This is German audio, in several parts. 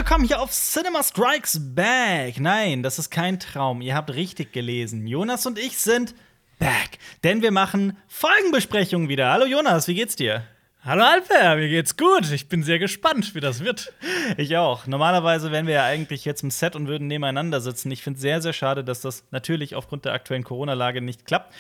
willkommen hier auf Cinema Strikes Back. Nein, das ist kein Traum. Ihr habt richtig gelesen. Jonas und ich sind back, denn wir machen Folgenbesprechungen wieder. Hallo Jonas, wie geht's dir? Hallo Alper, mir geht's gut. Ich bin sehr gespannt, wie das wird. Ich auch. Normalerweise wären wir ja eigentlich jetzt im Set und würden nebeneinander sitzen. Ich finde es sehr, sehr schade, dass das natürlich aufgrund der aktuellen Corona-Lage nicht klappt.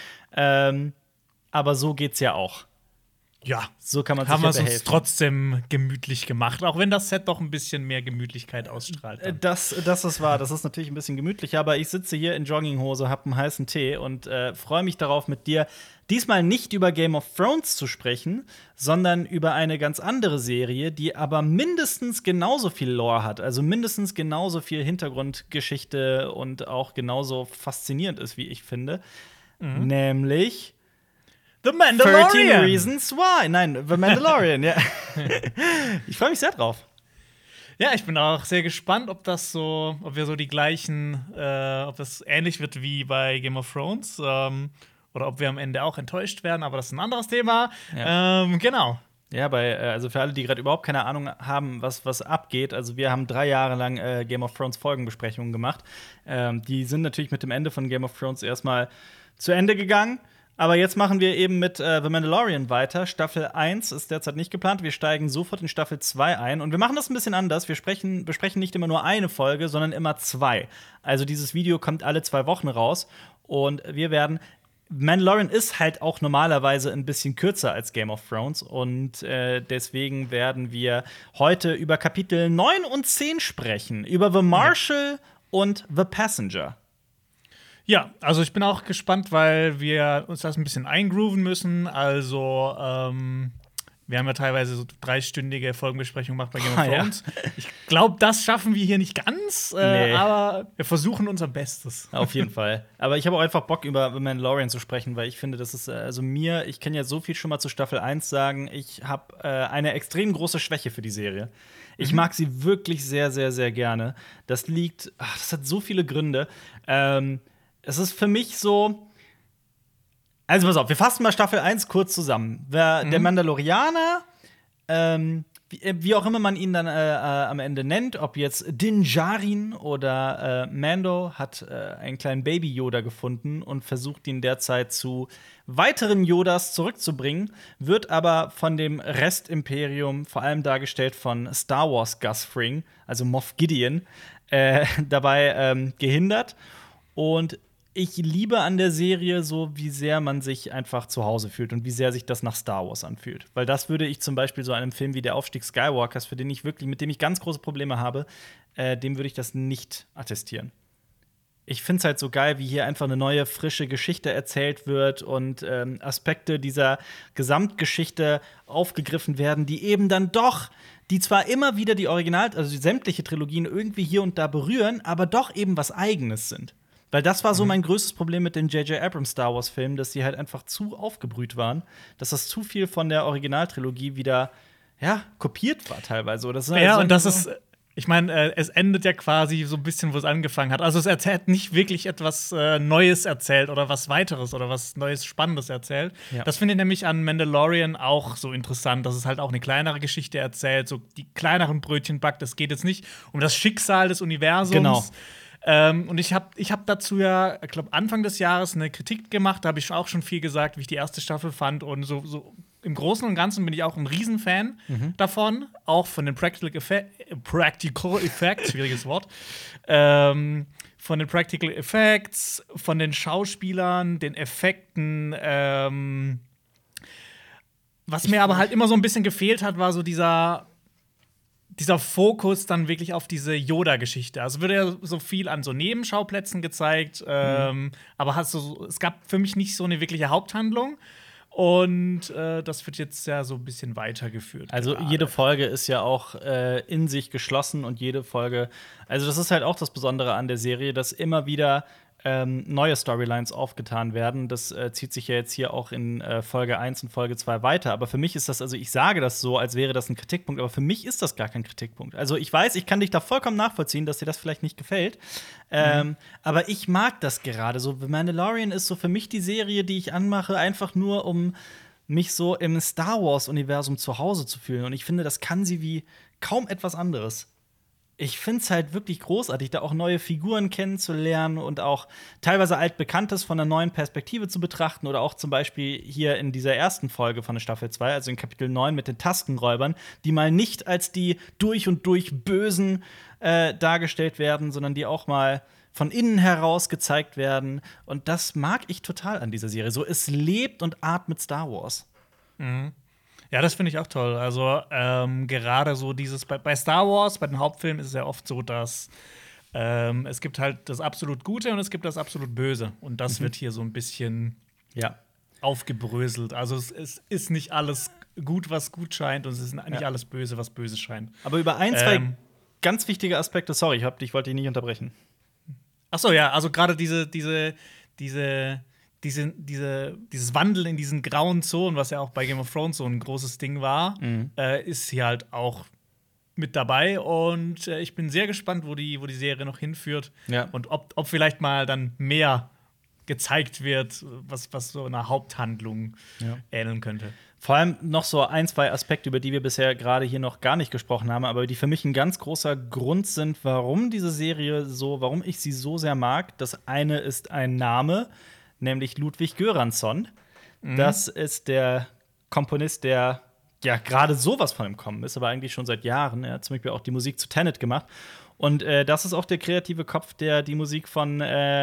Aber so geht's ja auch. Ja, so kann man sich haben wir es uns behelfen. trotzdem gemütlich gemacht, auch wenn das Set doch ein bisschen mehr Gemütlichkeit ausstrahlt. Das ist wahr. Das ist natürlich ein bisschen gemütlicher, aber ich sitze hier in Jogginghose, habe einen heißen Tee und freue mich darauf, mit dir diesmal nicht über Game of Thrones zu sprechen, sondern über eine ganz andere Serie, die aber mindestens genauso viel Lore hat, also mindestens genauso viel Hintergrundgeschichte und auch genauso faszinierend ist, wie ich finde. Nämlich The Mandalorian. 13 Reasons Why. Nein, The Mandalorian, ja. Ich freue mich sehr drauf. Ja, ich bin auch sehr gespannt, ob wir so die gleichen, ob das ähnlich wird wie bei Game of Thrones, oder ob wir am Ende auch enttäuscht werden, aber das ist ein anderes Thema. Ja. Genau. Ja, also für alle, die gerade überhaupt keine Ahnung haben, was abgeht, also wir haben 3 Jahre lang Game of Thrones Folgenbesprechungen gemacht. Die sind natürlich mit dem Ende von Game of Thrones erstmal zu Ende gegangen. Aber jetzt machen wir eben mit The Mandalorian weiter. Staffel 1 ist derzeit nicht geplant. Wir steigen sofort in Staffel 2 ein. Und wir machen das ein bisschen anders. Wir besprechen nicht immer nur eine Folge, sondern immer 2. Also dieses Video kommt alle 2 Wochen raus. Und Mandalorian ist halt auch normalerweise ein bisschen kürzer als Game of Thrones. Und deswegen werden wir heute über Kapitel 9 und 10 sprechen. Über The Marshal und The Passenger. Ja, also ich bin auch gespannt, weil wir uns das ein bisschen eingrooven müssen. Also, wir haben ja teilweise so 3-stündige Folgenbesprechungen gemacht bei Game of Thrones. Ja. Ich glaube, das schaffen wir hier nicht ganz, Nee. aber wir versuchen unser Bestes. Auf jeden Fall. Aber ich habe auch einfach Bock, über The Mandalorian zu sprechen, weil ich finde, das ist, ich kann ja so viel schon mal zu Staffel 1 sagen, ich habe eine extrem große Schwäche für die Serie. Ich mag sie wirklich sehr, sehr, sehr gerne. Das hat so viele Gründe. Es ist für mich so. Also, pass auf, wir fassen mal Staffel 1 kurz zusammen. Der Mandalorianer, wie auch immer man ihn dann am Ende nennt, ob jetzt Din Djarin oder Mando, hat einen kleinen Baby-Yoda gefunden und versucht, ihn derzeit zu weiteren Yodas zurückzubringen, wird aber von dem Restimperium, vor allem dargestellt von Star Wars Gus Fring, also Moff Gideon, dabei gehindert. Und ich liebe an der Serie so, wie sehr man sich einfach zu Hause fühlt und wie sehr sich das nach Star Wars anfühlt. Weil das würde ich zum Beispiel so einem Film wie Der Aufstieg Skywalkers, mit dem ich ganz große Probleme habe, dem würde ich das nicht attestieren. Ich finde es halt so geil, wie hier einfach eine neue, frische Geschichte erzählt wird und Aspekte dieser Gesamtgeschichte aufgegriffen werden, die eben dann doch, die zwar immer wieder die sämtliche Trilogien irgendwie hier und da berühren, aber doch eben was Eigenes sind. Weil das war so mein größtes Problem mit den J.J. Abrams Star Wars Filmen, dass sie halt einfach zu aufgebrüht waren, dass das zu viel von der Originaltrilogie wieder kopiert war teilweise. Oder so. Ja, und das ist, ich meine, es endet ja quasi so ein bisschen, wo es angefangen hat. Also es erzählt nicht wirklich etwas Neues erzählt oder was weiteres oder was Neues Spannendes erzählt. Ja. Das finde ich nämlich an Mandalorian auch so interessant, dass es halt auch eine kleinere Geschichte erzählt, so die kleineren Brötchen backt. Es geht jetzt nicht um das Schicksal des Universums. Genau. Und ich hab dazu ja, ich glaube, Anfang des Jahres eine Kritik gemacht. Da habe ich auch schon viel gesagt, wie ich die erste Staffel fand. Und so im Großen und Ganzen bin ich auch ein Riesenfan davon. Auch von den Practical Effects, schwieriges Wort. Von den Practical Effects, von den Schauspielern, den Effekten. Was mir aber halt immer so ein bisschen gefehlt hat, war so dieser Fokus dann wirklich auf diese Yoda-Geschichte. Also wird ja so viel an so Nebenschauplätzen gezeigt, aber es gab für mich nicht so eine wirkliche Haupthandlung. Und das wird jetzt ja so ein bisschen weitergeführt. Also gerade. Jede Folge ist ja auch in sich geschlossen und jede Folge, also das ist halt auch das Besondere an der Serie, dass immer wieder neue Storylines aufgetan werden. Das zieht sich ja jetzt hier auch in Folge 1 und Folge 2 weiter. Aber für mich ist das, also ich sage das so, als wäre das ein Kritikpunkt, aber für mich ist das gar kein Kritikpunkt. Also ich weiß, ich kann dich da vollkommen nachvollziehen, dass dir das vielleicht nicht gefällt. Aber ich mag das gerade so. The Mandalorian ist so für mich die Serie, die ich anmache, einfach nur, um mich so im Star Wars-Universum zu Hause zu fühlen. Und ich finde, das kann sie wie kaum etwas anderes. ich finde es halt wirklich großartig, da auch neue Figuren kennenzulernen und auch teilweise Altbekanntes von einer neuen Perspektive zu betrachten. Oder auch zum Beispiel hier in dieser ersten Folge von der Staffel 2, also in Kapitel 9 mit den Taskenräubern, die mal nicht als die durch und durch Bösen dargestellt werden, sondern die auch mal von innen heraus gezeigt werden. Und das mag ich total an dieser Serie. So, es lebt und atmet Star Wars. Ja, das finde ich auch toll. Also gerade so dieses bei Star Wars, bei den Hauptfilmen ist es ja oft so, dass es gibt halt das absolut Gute und es gibt das absolut Böse. Und das wird hier so ein bisschen aufgebröselt. Also es ist nicht alles gut, was gut scheint, und es ist nicht alles böse, was böse scheint. Aber über ein, zwei ganz wichtige Aspekte, sorry, ich wollte dich nicht unterbrechen. Ach so, ja, also gerade dieses Wandeln in diesen grauen Zonen, was ja auch bei Game of Thrones so ein großes Ding war, ist hier halt auch mit dabei. Und ich bin sehr gespannt, wo die Serie noch hinführt. Ja. Und ob vielleicht mal dann mehr gezeigt wird, was so einer Haupthandlung ähneln könnte. Vor allem noch so ein, zwei Aspekte, über die wir bisher gerade hier noch gar nicht gesprochen haben, aber die für mich ein ganz großer Grund sind, warum warum ich sie so sehr mag. Das eine ist ein Name, nämlich Ludwig Göransson. Das ist der Komponist, der ja gerade sowas von ihm kommen ist, aber eigentlich schon seit Jahren. Er hat zum Beispiel auch die Musik zu Tenet gemacht. Und das ist auch der kreative Kopf, der die Musik von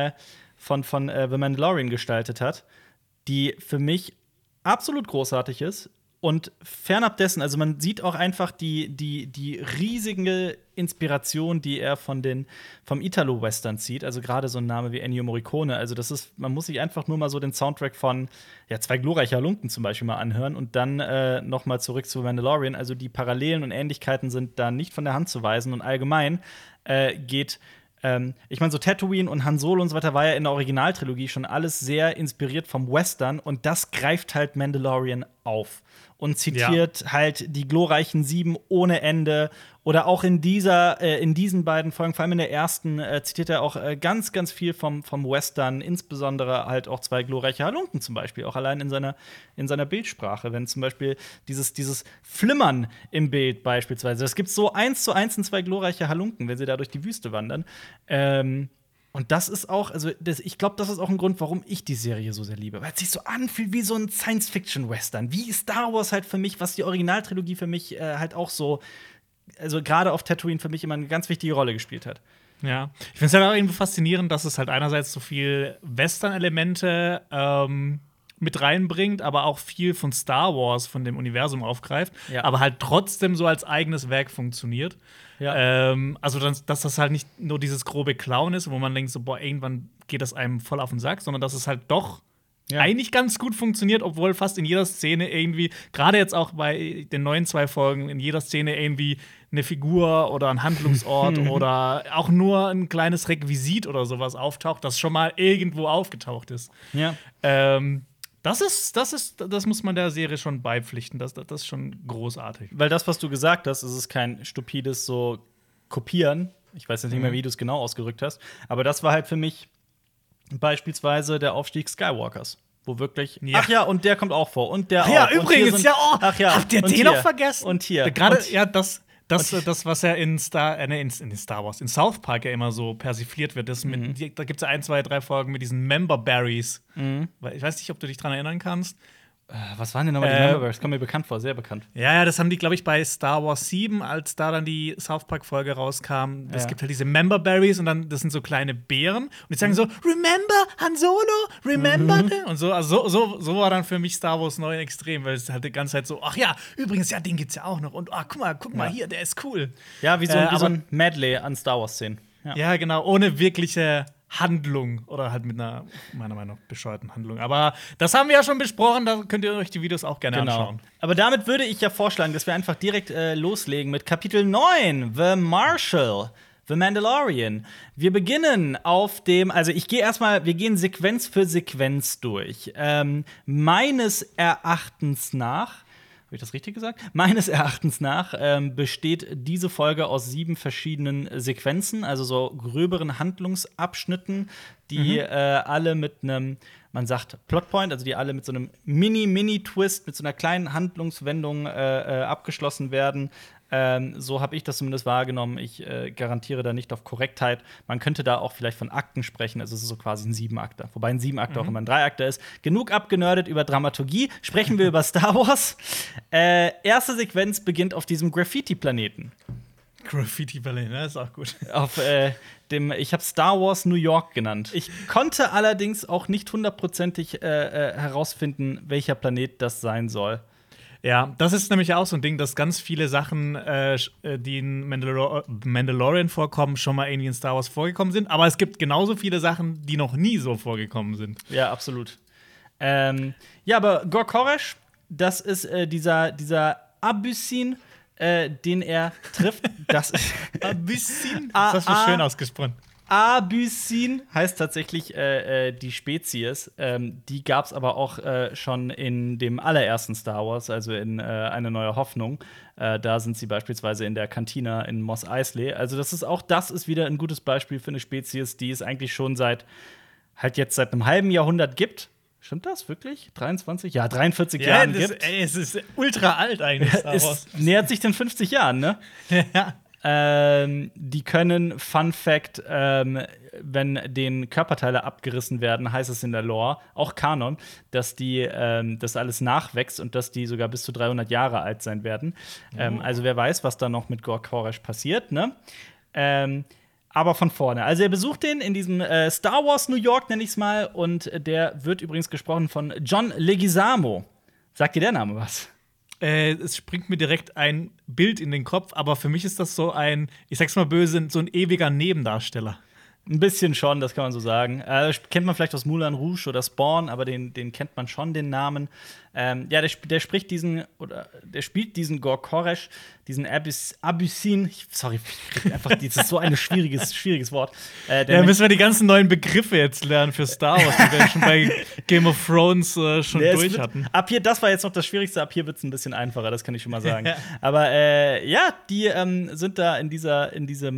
The Mandalorian gestaltet hat, die für mich absolut großartig ist. Und fernab dessen, also man sieht auch einfach die riesige Inspiration, die er vom Italo-Western zieht. Also gerade so ein Name wie Ennio Morricone. Also man muss sich einfach nur mal so den Soundtrack von Zwei glorreiche Halunken zum Beispiel mal anhören und dann noch mal zurück zu Mandalorian. Also die Parallelen und Ähnlichkeiten sind da nicht von der Hand zu weisen. Und allgemein geht ich meine, so Tatooine und Han Solo und so weiter war ja in der Originaltrilogie schon alles sehr inspiriert vom Western, und das greift halt Mandalorian auf und zitiert halt die glorreichen 7 ohne Ende. Oder auch in diesen beiden Folgen, vor allem in der ersten, zitiert er auch ganz, ganz viel vom Western, insbesondere halt auch 2 glorreiche Halunken zum Beispiel, auch allein in seiner Bildsprache. Wenn zum Beispiel dieses Flimmern im Bild beispielsweise, das gibt so 1:1 in 2 glorreiche Halunken, wenn sie da durch die Wüste wandern. Und das ist auch, ich glaube, das ist auch ein Grund, warum ich die Serie so sehr liebe. Weil es sich so anfühlt wie so ein Science-Fiction-Western. Wie Star Wars halt für mich, was die Originaltrilogie für mich halt auch so, also gerade auf Tatooine für mich immer eine ganz wichtige Rolle gespielt hat. Ja, ich finde es halt auch irgendwie faszinierend, dass es halt einerseits so viel Western-Elemente mit reinbringt, aber auch viel von Star Wars, von dem Universum aufgreift, aber halt trotzdem so als eigenes Werk funktioniert. Ja. Also, dass das halt nicht nur dieses grobe Clown ist, wo man denkt, so, boah, irgendwann geht das einem voll auf den Sack, sondern dass es halt doch eigentlich ganz gut funktioniert, obwohl fast in jeder Szene irgendwie, gerade jetzt auch bei den neuen 2 Folgen, in jeder Szene irgendwie eine Figur oder ein Handlungsort oder auch nur ein kleines Requisit oder sowas auftaucht, das schon mal irgendwo aufgetaucht ist. Ja. Das muss man der Serie schon beipflichten. Das ist schon großartig. Weil das, was du gesagt hast, ist kein stupides so Kopieren. Ich weiß jetzt nicht mehr, wie du es genau ausgedrückt hast. Aber das war halt für mich beispielsweise der Aufstieg Skywalkers. Wo wirklich, ach ja, und der kommt auch vor. Und der auch. Ja, übrigens, habt ihr den noch vergessen? Und hier. Gerade, das, was ja in Star Wars, in South Park ja immer so persifliert wird, da gibt es ja 1, 2, 3 Folgen mit diesen Member Berries. Ich weiß nicht, ob du dich dran erinnern kannst. Was waren denn nochmal die Member Berries? Das kommt mir bekannt vor, sehr bekannt. Ja, das haben die, glaube ich, bei Star Wars 7, als da dann die South Park-Folge rauskam. Es gibt halt diese Member Berries und dann, das sind so kleine Beeren. Und die sagen so, remember Han Solo, remember? Und so war dann für mich Star Wars neu extrem, weil es halt die ganze Zeit so, ach ja, übrigens, ja, den gibt's ja auch noch. Und guck mal hier, der ist cool. Ja, wie so ein Medley an Star Wars-Szenen. Ja, genau, ohne wirkliche Handlung oder halt mit einer, meiner Meinung nach, bescheuerten Handlung. Aber das haben wir ja schon besprochen, da könnt ihr euch die Videos auch gerne anschauen. Aber damit würde ich ja vorschlagen, dass wir einfach direkt loslegen mit Kapitel 9, The Marshal. The Mandalorian. Wir beginnen auf dem, also wir gehen Sequenz für Sequenz durch. Meines Erachtens nach, habe ich das richtig gesagt? Meines Erachtens nach besteht diese Folge aus 7 verschiedenen Sequenzen, also so gröberen Handlungsabschnitten, die alle mit einem, man sagt Plotpoint, also die alle mit so einem Mini-Twist, mit so einer kleinen Handlungswendung abgeschlossen werden. So habe ich das zumindest wahrgenommen. Ich garantiere da nicht auf Korrektheit. Man könnte da auch vielleicht von Akten sprechen. Also es ist so quasi ein Siebenakter. Wobei ein Siebenakter auch immer ein Dreiakter ist. Genug abgenördet über Dramaturgie. Sprechen wir über Star Wars. Erste Sequenz beginnt auf diesem Graffiti-Planeten. Graffiti-Planeten, das ist auch gut. Auf ich habe Star Wars New York genannt. Ich konnte allerdings auch nicht hundertprozentig herausfinden, welcher Planet das sein soll. Ja, das ist nämlich auch so ein Ding, dass ganz viele Sachen, die in Mandalorian vorkommen, schon mal irgendwie in Star Wars vorgekommen sind. Aber es gibt genauso viele Sachen, die noch nie so vorgekommen sind. Ja, absolut. Ja, aber Gor Koresh, das ist dieser Abyssin, den er trifft. Das Abyssin? Das hast du schön ausgesprochen. Abyssin heißt tatsächlich die Spezies. Die gab es aber auch schon in dem allerersten Star Wars, also in Eine neue Hoffnung. Da sind sie beispielsweise in der Kantina in Mos Eisley. Also das ist wieder ein gutes Beispiel für eine Spezies, die es eigentlich schon seit einem halben Jahrhundert gibt. Stimmt das wirklich? 23? Ja, 43 Jahren gibt. Es ist ultra alt eigentlich, Star Wars. Es nähert sich den 50 Jahren, ne? Ja. Die können, Fun Fact, wenn denen Körperteile abgerissen werden, heißt es in der Lore, auch Kanon, dass das alles nachwächst und dass die sogar bis zu 300 Jahre alt sein werden. Also wer weiß, was da noch mit Gor Koresh passiert, ne? Aber von vorne. Also er besucht den in diesem Star Wars New York, nenne ich es mal, und der wird übrigens gesprochen von John Leguizamo. Sagt dir der Name was? Es springt mir direkt ein Bild in den Kopf, aber für mich ist das so ich sag's mal böse, so ein ewiger Nebendarsteller. Ein bisschen schon, das kann man so sagen. Kennt man vielleicht aus Moulin Rouge oder Spawn, aber den kennt man schon, den Namen. Ja, der spielt diesen Gor Koresh, diesen Abyssin. Sorry, das ist so ein schwieriges Wort. Ja, müssen wir die ganzen neuen Begriffe jetzt lernen für Star Wars, die wir schon bei Game of Thrones schon durch hatten. Ab hier, das war jetzt noch das Schwierigste, ab hier wird es ein bisschen einfacher, das kann ich schon mal sagen. Aber ja, die sind da in dieser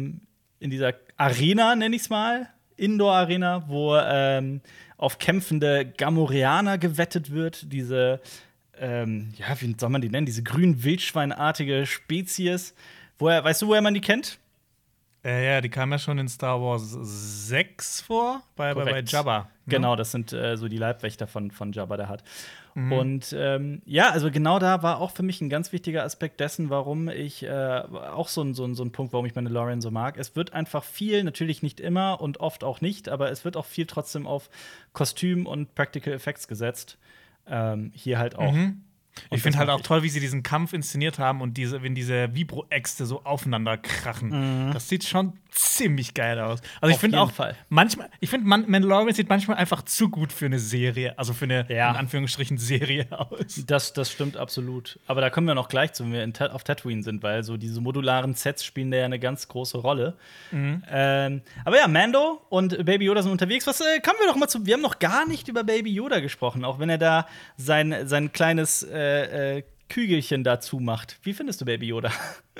Arena, nenne ich es mal, Indoor-Arena, wo auf kämpfende Gamorreaner gewettet wird. Diese, wie soll man die nennen? Diese grün-wildschweinartige Spezies. Weißt du, woher man die kennt? Ja, die kam ja schon in Star Wars 6 vor, bei Jabba. Ne? Genau, das sind so die Leibwächter von Jabba, der hat. Und ja, also genau da war auch für mich ein ganz wichtiger Aspekt dessen, warum ich auch so ein Punkt, warum ich Mandalorian so mag. Es wird einfach viel, natürlich nicht immer und oft auch nicht, aber es wird auch viel trotzdem auf Kostüm und Practical Effects gesetzt. Hier halt auch. Ich finde halt auch toll, wie sie diesen Kampf inszeniert haben und wenn diese Vibro-Äxte so aufeinander krachen. Das sieht schon ziemlich geil aus. Also ich finde auch manchmal, Mandalorian sieht manchmal einfach zu gut für eine Serie, also für eine in Anführungsstrichen Serie aus. Das stimmt absolut. Aber da kommen wir noch gleich zu, wenn wir auf Tatooine sind, weil so diese modularen Sets spielen da ja eine ganz große Rolle. Aber ja, Mando und Baby Yoda sind unterwegs. Kommen wir doch mal zu. Wir haben noch gar nicht über Baby Yoda gesprochen, auch wenn er da sein kleines Kügelchen dazu macht. Wie findest du Baby Yoda?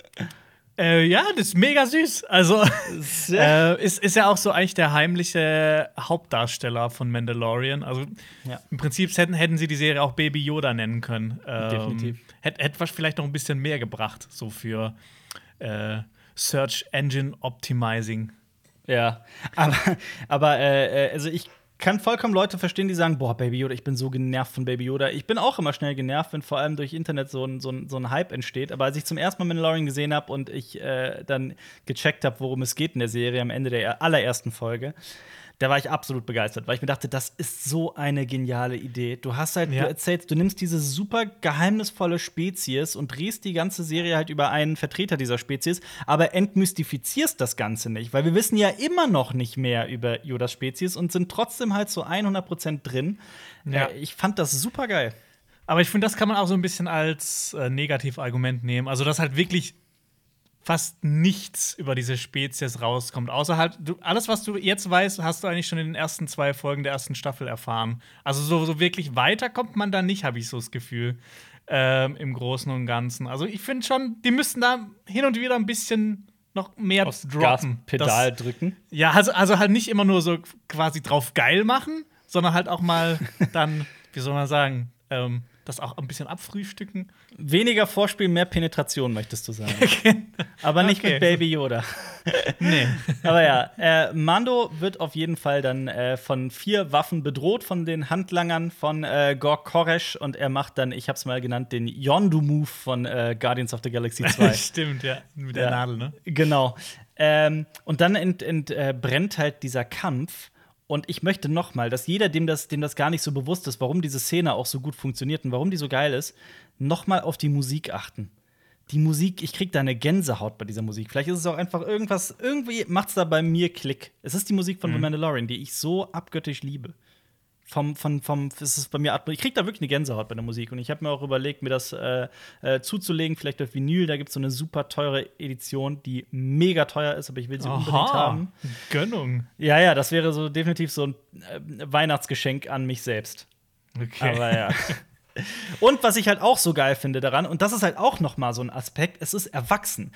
Ja, das ist mega süß. Also, ist ja auch so eigentlich der heimliche Hauptdarsteller von Mandalorian. Also, im Prinzip hätten sie die Serie auch Baby Yoda nennen können. Definitiv. Hätte was vielleicht noch ein bisschen mehr gebracht, so für Search Engine Optimizing. Ja, aber also ich kann vollkommen Leute verstehen, die sagen, boah, Baby Yoda, ich bin so genervt von Baby Yoda. Ich bin auch immer schnell genervt, wenn vor allem durch Internet so ein Hype entsteht. Aber als ich zum ersten Mal Mandalorian gesehen habe und ich dann gecheckt habe, worum es geht in der Serie am Ende der allerersten Folge, da war ich absolut begeistert, weil ich mir dachte, das ist so eine geniale Idee. Du nimmst diese super geheimnisvolle Spezies und drehst die ganze Serie halt über einen Vertreter dieser Spezies, aber entmystifizierst das Ganze nicht, weil wir wissen ja immer noch nicht mehr über Yodas Spezies und sind trotzdem halt so 100% drin. Ja. Ich fand das super geil. Aber ich finde, das kann man auch so ein bisschen als Negativargument nehmen. Also, dass halt wirklich fast nichts über diese Spezies rauskommt. Außer halt, alles, was du jetzt weißt, hast du eigentlich schon in den ersten 2 Folgen der ersten Staffel erfahren. Also so wirklich weiter kommt man da nicht, habe ich so das Gefühl, im Großen und Ganzen. Also ich finde schon, die müssten da hin und wieder ein bisschen noch mehr aufs droppen. Gaspedal drücken. Ja, also halt nicht immer nur so quasi drauf geil machen, sondern halt auch mal dann, wie soll man sagen, das auch ein bisschen abfrühstücken. Weniger Vorspiel, mehr Penetration, möchtest du sagen. Aber nicht mit Baby Yoda. Nee. Aber ja, Mando wird auf jeden Fall dann von 4 Waffen bedroht, von den Handlangern von Gor Koresh. Und er macht dann, ich hab's mal genannt, den Yondu-Move von Guardians of the Galaxy 2. Stimmt, ja. Mit der Nadel, ne? Genau. Und dann brennt halt dieser Kampf. Und ich möchte noch mal, dass jeder, dem das gar nicht so bewusst ist, warum diese Szene auch so gut funktioniert und warum die so geil ist, noch mal auf die Musik achten. Die Musik, ich krieg da eine Gänsehaut bei dieser Musik. Vielleicht ist es auch einfach irgendwie macht's da bei mir Klick. Es ist die Musik von The Mandalorian, die ich so abgöttisch liebe. Es ist bei mir, ich krieg da wirklich eine Gänsehaut bei der Musik. Und ich habe mir auch überlegt, mir das zuzulegen, vielleicht auf Vinyl. Da gibt's so eine super teure Edition, die mega teuer ist, aber ich will sie unbedingt haben. Gönnung. Ja, das wäre so definitiv so ein Weihnachtsgeschenk an mich selbst. Okay. Aber ja. Und was ich halt auch so geil finde daran, und das ist halt auch noch mal so ein Aspekt, es ist erwachsen.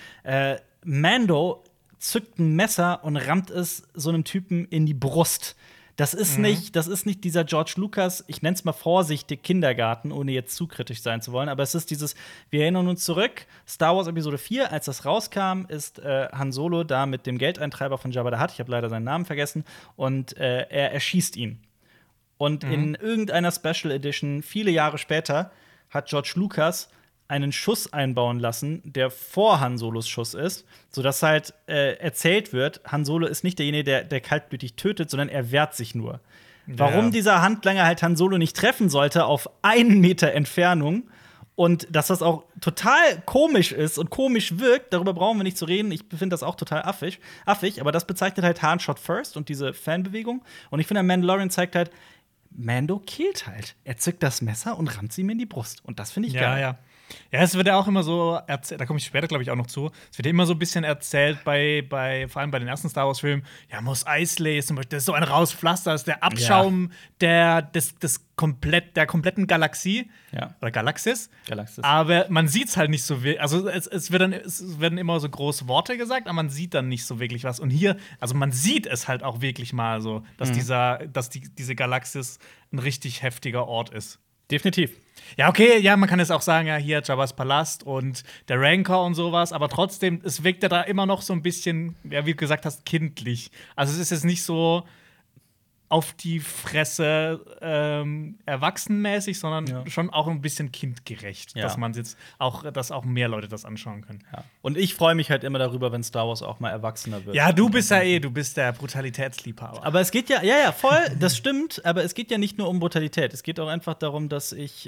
Mando zückt ein Messer und rammt es so einem Typen in die Brust. Das ist nicht dieser George Lucas, ich nenn's mal vorsichtig, Kindergarten, ohne jetzt zu kritisch sein zu wollen, aber es ist dieses, wir erinnern uns zurück, Star Wars Episode 4, als das rauskam, ist Han Solo da mit dem Geldeintreiber von Jabba the Hutt, ich habe leider seinen Namen vergessen, und er erschießt ihn. Und in irgendeiner Special Edition, viele Jahre später, hat George Lucas einen Schuss einbauen lassen, der vor Han Solos Schuss ist, sodass halt erzählt wird, Han Solo ist nicht derjenige, der kaltblütig tötet, sondern er wehrt sich nur. Ja. Warum dieser Handlanger halt Han Solo nicht treffen sollte auf 1 Meter Entfernung und dass das auch total komisch ist und komisch wirkt, darüber brauchen wir nicht zu reden. Ich finde das auch total affig, aber das bezeichnet halt Han Shot First und diese Fanbewegung. Und ich finde, Mandalorian zeigt halt, Mando killt halt. Er zückt das Messer und rammt sie ihm in die Brust. Und das finde ich geil. Ja. Ja, es wird ja auch immer so erzählt, da komme ich später, glaube ich, auch noch zu. Es wird ja immer so ein bisschen erzählt, vor allem bei den ersten Star Wars-Filmen, ja, Mos Eisley ist zum Beispiel, das ist so ein raues Pflaster, das ist der Abschaum der kompletten Galaxie. Ja. Oder Galaxis. Aber man sieht es halt nicht so wirklich. Also, es werden immer so große Worte gesagt, aber man sieht dann nicht so wirklich was. Und hier, also man sieht es halt auch wirklich mal so, dass diese Galaxis ein richtig heftiger Ort ist. Definitiv. Ja, okay, ja, man kann jetzt auch sagen, ja, hier Jabba's Palast und der Rancor und sowas, aber trotzdem, es wirkt ja da immer noch so ein bisschen, ja, wie du gesagt hast, kindlich. Also es ist jetzt nicht so auf die Fresse erwachsenmäßig, sondern schon auch ein bisschen kindgerecht, dass auch mehr Leute das anschauen können. Ja. Und ich freue mich halt immer darüber, wenn Star Wars auch mal erwachsener wird. Ja, du bist der Brutalitätsliebhaber. Aber es geht ja, voll, das stimmt, aber es geht ja nicht nur um Brutalität. Es geht auch einfach darum, dass ich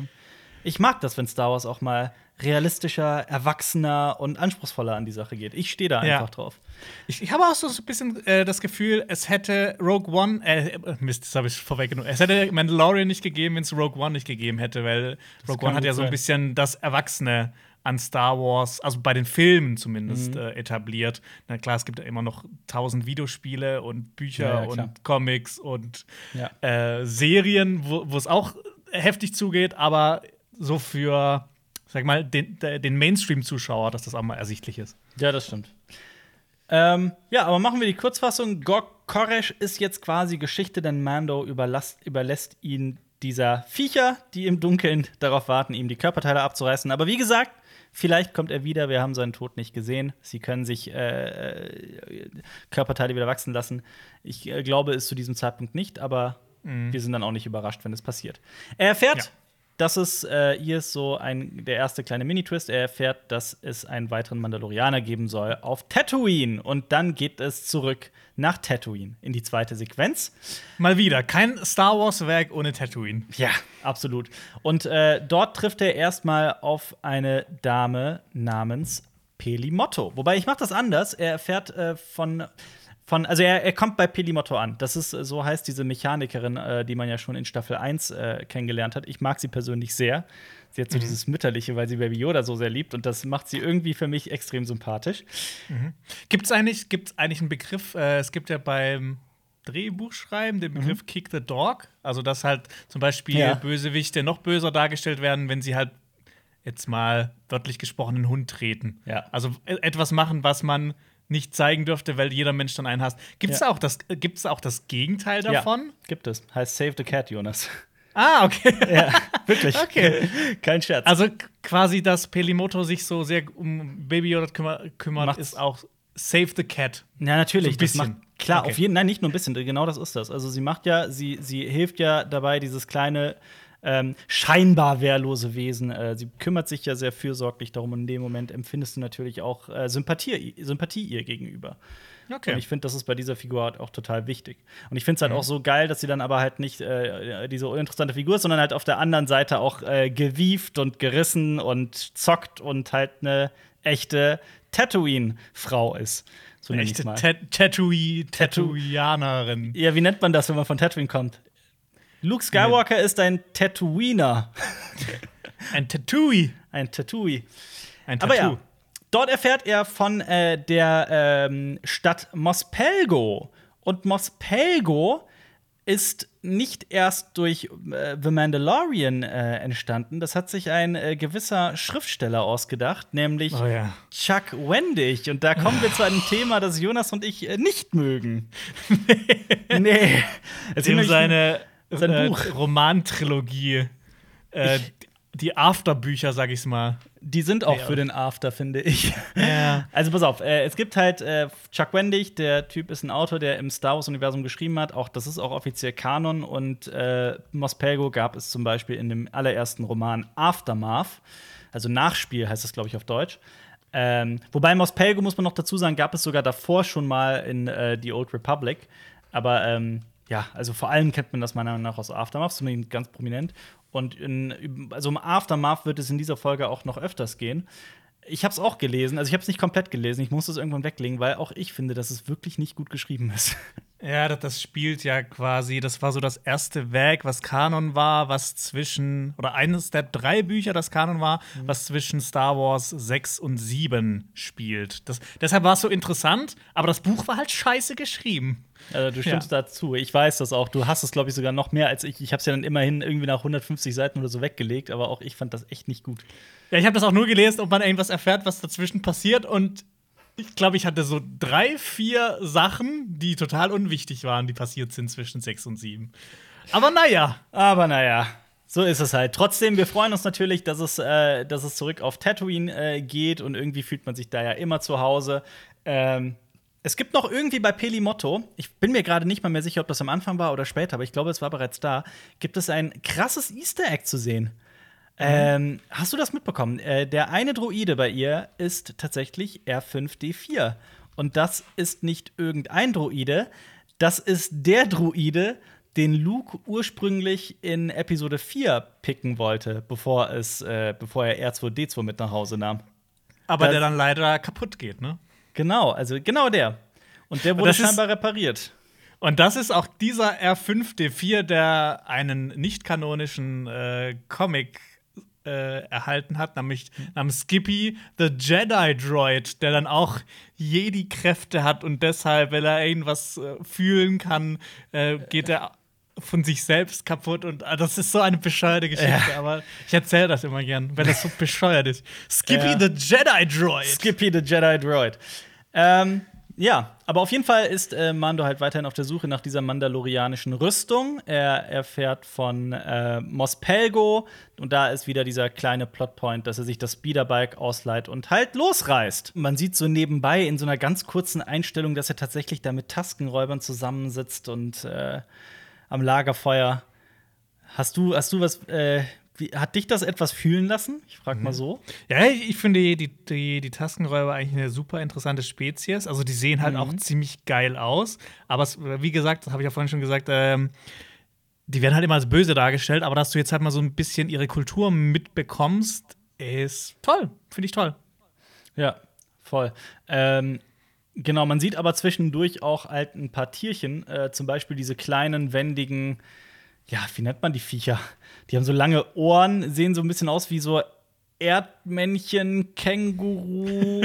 mag das, wenn Star Wars auch mal realistischer, erwachsener und anspruchsvoller an die Sache geht. Ich stehe da einfach drauf. Ich habe auch so ein bisschen das Gefühl, es hätte Rogue One, Mist, das habe ich vorweggenommen. Es hätte Mandalorian nicht gegeben, wenn es Rogue One nicht gegeben hätte, weil Rogue One hat ja so ein bisschen das Erwachsene an Star Wars, also bei den Filmen zumindest, etabliert. Na klar, es gibt ja immer noch 1000 Videospiele und Bücher und Comics und Serien, wo es auch heftig zugeht, aber so für, sag mal, den Mainstream-Zuschauer, dass das auch mal ersichtlich ist. Ja, das stimmt. Aber machen wir die Kurzfassung. Gor Koresh ist jetzt quasi Geschichte, denn Mando überlässt ihn dieser Viecher, die im Dunkeln darauf warten, ihm die Körperteile abzureißen. Aber wie gesagt, vielleicht kommt er wieder. Wir haben seinen Tod nicht gesehen. Sie können sich Körperteile wieder wachsen lassen. Ich glaube es zu diesem Zeitpunkt nicht, aber wir sind dann auch nicht überrascht, wenn es passiert. Er erfährt, dass es hier ist so der erste kleine Mini-Twist. Er erfährt, dass es einen weiteren Mandalorianer geben soll auf Tatooine. Und dann geht es zurück nach Tatooine in die zweite Sequenz. Mal wieder, kein Star Wars-Werk ohne Tatooine. Ja, absolut. Und dort trifft er erstmal auf eine Dame namens Peli Motto. Wobei, ich mache das anders. Er erfährt also er kommt bei Peli Motto an. Das ist, so heißt diese Mechanikerin, die man ja schon in Staffel 1 kennengelernt hat. Ich mag sie persönlich sehr. Sie hat so dieses Mütterliche, weil sie Baby Yoda so sehr liebt. Und das macht sie irgendwie für mich extrem sympathisch. Gibt's eigentlich einen Begriff, es gibt ja beim Drehbuchschreiben den Begriff Kick the Dog. Also, dass halt zum Beispiel Bösewichte noch böser dargestellt werden, wenn sie halt jetzt mal wörtlich gesprochen einen Hund treten. Ja. Also etwas machen, was man nicht zeigen dürfte, weil jeder Mensch dann einen hasst. Gibt's auch das Gegenteil davon? Ja, gibt es. Heißt Save the Cat, Jonas. Ah, okay. Ja, wirklich. Okay. Kein Scherz. Also quasi, dass Pelimoto sich so sehr um Baby Yoda kümmert, Macht's. ist auch Save the Cat. Ja, natürlich. So ein bisschen. Das macht, klar, Okay. auf jeden Fall. Nein, nicht nur ein bisschen. Genau das ist das. Also, sie hilft ja dabei, dieses kleine, scheinbar wehrlose Wesen. Sie kümmert sich ja sehr fürsorglich darum. Und in dem Moment empfindest du natürlich auch Sympathie ihr gegenüber. Okay. Und ich finde, das ist bei dieser Figur halt auch total wichtig. Und ich finde es halt auch so geil, dass sie dann aber halt nicht diese uninteressante Figur ist, sondern halt auf der anderen Seite auch gewieft und gerissen und zockt und halt eine echte Tatooine-Frau ist. So Eine nenn ich's echte mal. Tatooianerin. Ja, wie nennt man das, wenn man von Tatooine kommt? Luke Skywalker ist ein Tatooiner. Ein Tattooie. Ein Tatooie. Ein Aber Tattoo. ja, dort erfährt er von der Stadt Mospelgo. Und Mospelgo ist nicht erst durch The Mandalorian entstanden. Das hat sich ein gewisser Schriftsteller ausgedacht, nämlich Oh ja. Chuck Wendig. Und da kommen wir zu einem Thema, das Jonas und ich nicht mögen. Nee. Es Dem nämlich seine sein Buch. Romantrilogie. Die Afterbücher, sag ich's mal. Die sind auch Ja. für den After, finde ich. Ja. Also pass auf, es gibt halt Chuck Wendig, der Typ ist ein Autor, der im Star Wars-Universum geschrieben hat. Auch das ist auch offiziell Kanon. Und Mospelgo gab es zum Beispiel in dem allerersten Roman Aftermath. Also Nachspiel heißt das, glaube ich, auf Deutsch. Wobei Mospelgo, muss man noch dazu sagen, gab es sogar davor schon mal in The Old Republic. Aber ja, also vor allem kennt man das meiner Meinung nach aus Aftermath, zumindest ganz prominent. Und also um Aftermath wird es in dieser Folge auch noch öfters gehen. Ich habe es auch gelesen, also ich habe es nicht komplett gelesen, ich musste es irgendwann weglegen, weil auch ich finde, dass es wirklich nicht gut geschrieben ist. Ja, das spielt ja quasi, das war so das erste Werk, was Kanon war, oder eines der 3 Bücher, das Kanon war, was zwischen Star Wars 6 und 7 spielt. Deshalb war es so interessant, aber das Buch war halt scheiße geschrieben. Also, du stimmst dazu. Ich weiß das auch. Du hast es, glaube ich, sogar noch mehr als ich. Ich habe es ja dann immerhin irgendwie nach 150 Seiten oder so weggelegt, aber auch ich fand das echt nicht gut. Ja, ich habe das auch nur gelesen, ob man irgendwas erfährt, was dazwischen passiert. Und ich glaube, ich hatte so 3, 4 Sachen, die total unwichtig waren, die passiert sind zwischen 6 und 7. Aber naja. So ist es halt. Trotzdem, wir freuen uns natürlich, dass es zurück auf Tatooine geht und irgendwie fühlt man sich da ja immer zu Hause. Es gibt noch irgendwie bei Pelimoto, ich bin mir gerade nicht mal mehr sicher, ob das am Anfang war oder später, aber ich glaube, es war bereits da, gibt es ein krasses Easter Egg zu sehen. Hast du das mitbekommen? Der eine Droide bei ihr ist tatsächlich R5D4. Und das ist nicht irgendein Droide, das ist der Droide, den Luke ursprünglich in Episode 4 picken wollte, bevor er R2D2 mit nach Hause nahm. aber der dann leider kaputt geht, ne? Genau, also genau der. Und der wurde scheinbar repariert. Und das ist auch dieser R5D4, der einen nicht-kanonischen Comic erhalten hat, nämlich namens Skippy the Jedi Droid, der dann auch Jedi-Kräfte hat und deshalb, wenn er irgendwas fühlen kann, geht er von sich selbst kaputt. Und das ist so eine bescheuerte Geschichte, aber ich erzähle das immer gern, weil das so bescheuert ist. Skippy the Jedi Droid. Skippy the Jedi Droid. Ja, aber auf jeden Fall ist Mando halt weiterhin auf der Suche nach dieser mandalorianischen Rüstung. Er erfährt von Mospelgo und da ist wieder dieser kleine Plotpoint, dass er sich das Speederbike ausleiht und halt losreist. Man sieht so nebenbei in so einer ganz kurzen Einstellung, dass er tatsächlich da mit Taskenräubern zusammensitzt und am Lagerfeuer. Hast du was hat dich das etwas fühlen lassen? Ich frage mal so. Ja, ich finde die Taskenräuber eigentlich eine super interessante Spezies. Also die sehen halt auch ziemlich geil aus. Aber wie gesagt, das habe ich ja vorhin schon gesagt, die werden halt immer als böse dargestellt. Aber dass du jetzt halt mal so ein bisschen ihre Kultur mitbekommst, ist toll. Finde ich toll. Ja, voll. Genau, man sieht aber zwischendurch auch halt ein paar Tierchen, zum Beispiel diese kleinen, wendigen, ja, wie nennt man die Viecher? Die haben so lange Ohren, sehen so ein bisschen aus wie so Erdmännchen, Känguru,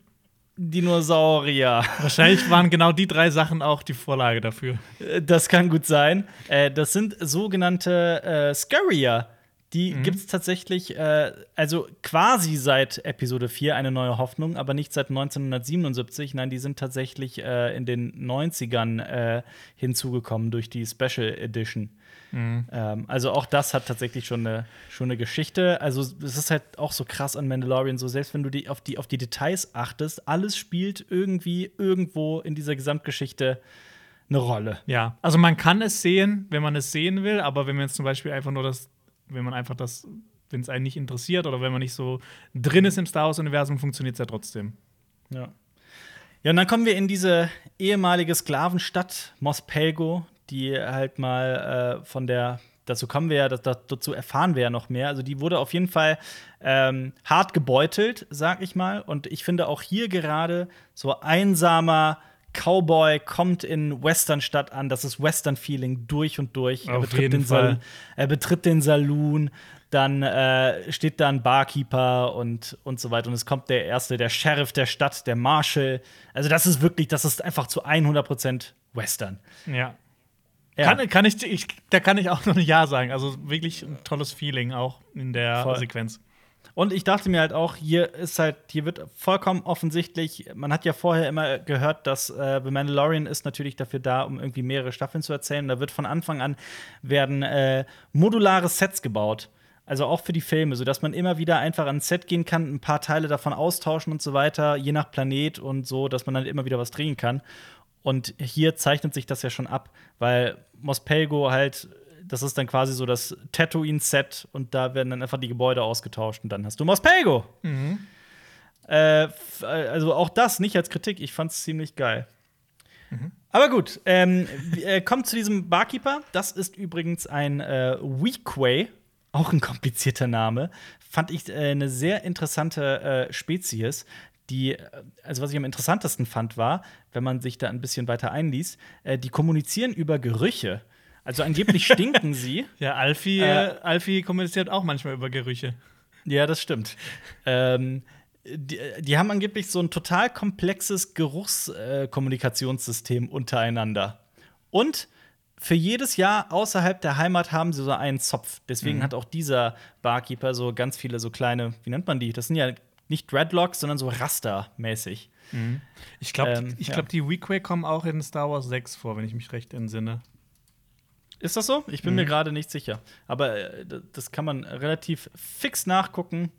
Dinosaurier. Wahrscheinlich waren genau die 3 Sachen auch die Vorlage dafür. Das kann gut sein. Das sind sogenannte Scurrier. Die gibt's tatsächlich, also quasi seit Episode 4 eine neue Hoffnung, aber nicht seit 1977. Nein, die sind tatsächlich in den 90ern hinzugekommen durch die Special Edition. Also auch das hat tatsächlich schon eine Geschichte. Also es ist halt auch so krass an Mandalorian, so selbst wenn du auf die Details achtest, alles spielt irgendwie irgendwo in dieser Gesamtgeschichte eine Rolle. Ja, also man kann es sehen, wenn man es sehen will, aber wenn man jetzt zum Beispiel wenn es einen nicht interessiert oder wenn man nicht so drin ist im Star Wars-Universum, funktioniert es ja trotzdem. Ja. Ja, und dann kommen wir in diese ehemalige Sklavenstadt Mos Pelgo, die halt mal dazu kommen wir ja, dazu erfahren wir ja noch mehr. Also die wurde auf jeden Fall hart gebeutelt, sag ich mal. Und ich finde auch hier gerade so einsamer Cowboy kommt in Westernstadt an, das ist Western-Feeling durch und durch. Auf jeden Fall. Er betritt den Saloon, dann steht da ein Barkeeper und so weiter. Und es kommt der Sheriff der Stadt, der Marshal. Also das ist einfach zu 100% Western. Ja. Ja. Da kann ich auch noch ein Ja sagen. Also wirklich ein tolles Feeling auch in der Sequenz. Und ich dachte mir halt auch, hier wird vollkommen offensichtlich, man hat ja vorher immer gehört, dass The Mandalorian ist natürlich dafür da, um irgendwie mehrere Staffeln zu erzählen. Da wird von Anfang an werden modulare Sets gebaut. Also auch für die Filme, sodass man immer wieder einfach ans Set gehen kann, ein paar Teile davon austauschen und so weiter, je nach Planet und so, dass man dann immer wieder was drehen kann. Und hier zeichnet sich das ja schon ab, weil Mos Pelgo halt, das ist dann quasi so das Tatooine-Set und da werden dann einfach die Gebäude ausgetauscht und dann hast du Mos Pelgo. Also auch das nicht als Kritik, ich fand's ziemlich geil. Aber gut, kommt zu diesem Barkeeper. Das ist übrigens ein Weequay, auch ein komplizierter Name. Fand ich eine sehr interessante Spezies. Also was ich am interessantesten fand, war, wenn man sich da ein bisschen weiter einliest, die kommunizieren über Gerüche. Also angeblich stinken sie. Ja, Alfie kommuniziert auch manchmal über Gerüche. Ja, das stimmt. Die haben angeblich so ein total komplexes Geruchskommunikationssystem untereinander. Und für jedes Jahr außerhalb der Heimat haben sie so einen Zopf. Deswegen hat auch dieser Barkeeper so ganz viele so kleine, wie nennt man die? Das sind ja nicht Dreadlocks, sondern so Raster-mäßig. Ich glaube, die Weequay kommen auch in Star Wars 6 vor, wenn ich mich recht entsinne. Ist das so? Ich bin mir gerade nicht sicher. Aber das kann man relativ fix nachgucken.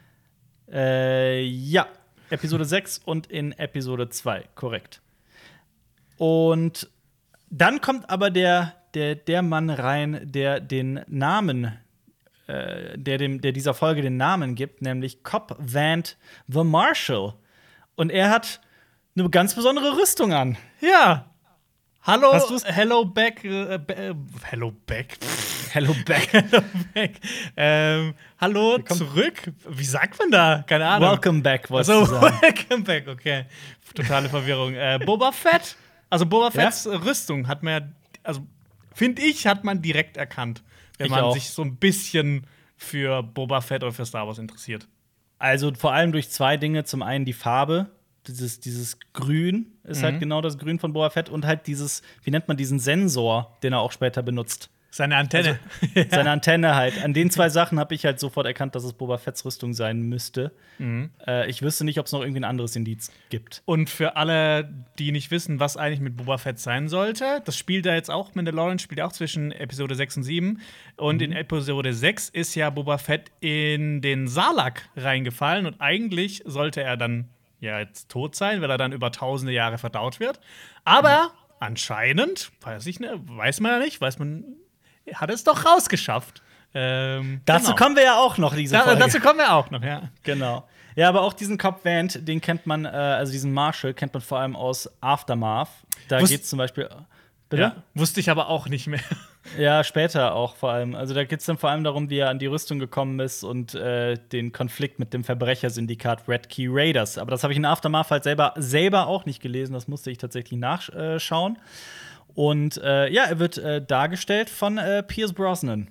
Ja, Episode 6 und in Episode 2, korrekt. Und dann kommt aber der Mann rein, der den Namen der dieser Folge den Namen gibt, nämlich Cobb Vanth the Marshal. Und er hat eine ganz besondere Rüstung an. Ja. Hallo, Hello Beck. Hello Beck. Hello Beck. Hello Beck. Hallo zurück. Wie sagt man da? Keine Ahnung. Welcome back, wolltest du sagen. Welcome back, okay. Totale Verwirrung. Boba Fett. Also Boba Fetts Rüstung hat man ja, also finde ich, hat man direkt erkannt, wenn man sich so ein bisschen für Boba Fett oder für Star Wars interessiert. Also vor allem durch zwei Dinge. Zum einen die Farbe. Dieses Grün ist halt genau das Grün von Boba Fett und halt dieses, wie nennt man diesen Sensor, den er auch später benutzt. Seine Antenne. Also, seine Antenne halt. An den zwei Sachen habe ich halt sofort erkannt, dass es Boba Fetts Rüstung sein müsste. Ich wüsste nicht, ob es noch irgendwie ein anderes Indiz gibt. Und für alle, die nicht wissen, was eigentlich mit Boba Fett sein sollte, das spielt da jetzt auch, Mandalorian spielt auch zwischen Episode 6 und 7. Und in Episode 6 ist ja Boba Fett in den Sarlacc reingefallen und eigentlich sollte er dann ja jetzt tot sein, weil er dann über tausende Jahre verdaut wird. Aber anscheinend, weiß man ja nicht, hat es doch rausgeschafft. Dazu kommen wir ja auch noch, diese Folge. Dazu kommen wir auch noch, ja. Genau. Ja, aber auch diesen Cobb Vanth, den kennt man, also diesen Marshal, kennt man vor allem aus Aftermath. Da geht's zum Beispiel. Bitte? Ja, wusste ich aber auch nicht mehr. Ja, später auch vor allem. Also da geht's dann vor allem darum, wie er an die Rüstung gekommen ist und den Konflikt mit dem Verbrechersyndikat Red Key Raiders. Aber das habe ich in Aftermath halt selber auch nicht gelesen. Das musste ich tatsächlich nachschauen. Und er wird dargestellt von Pierce Brosnan.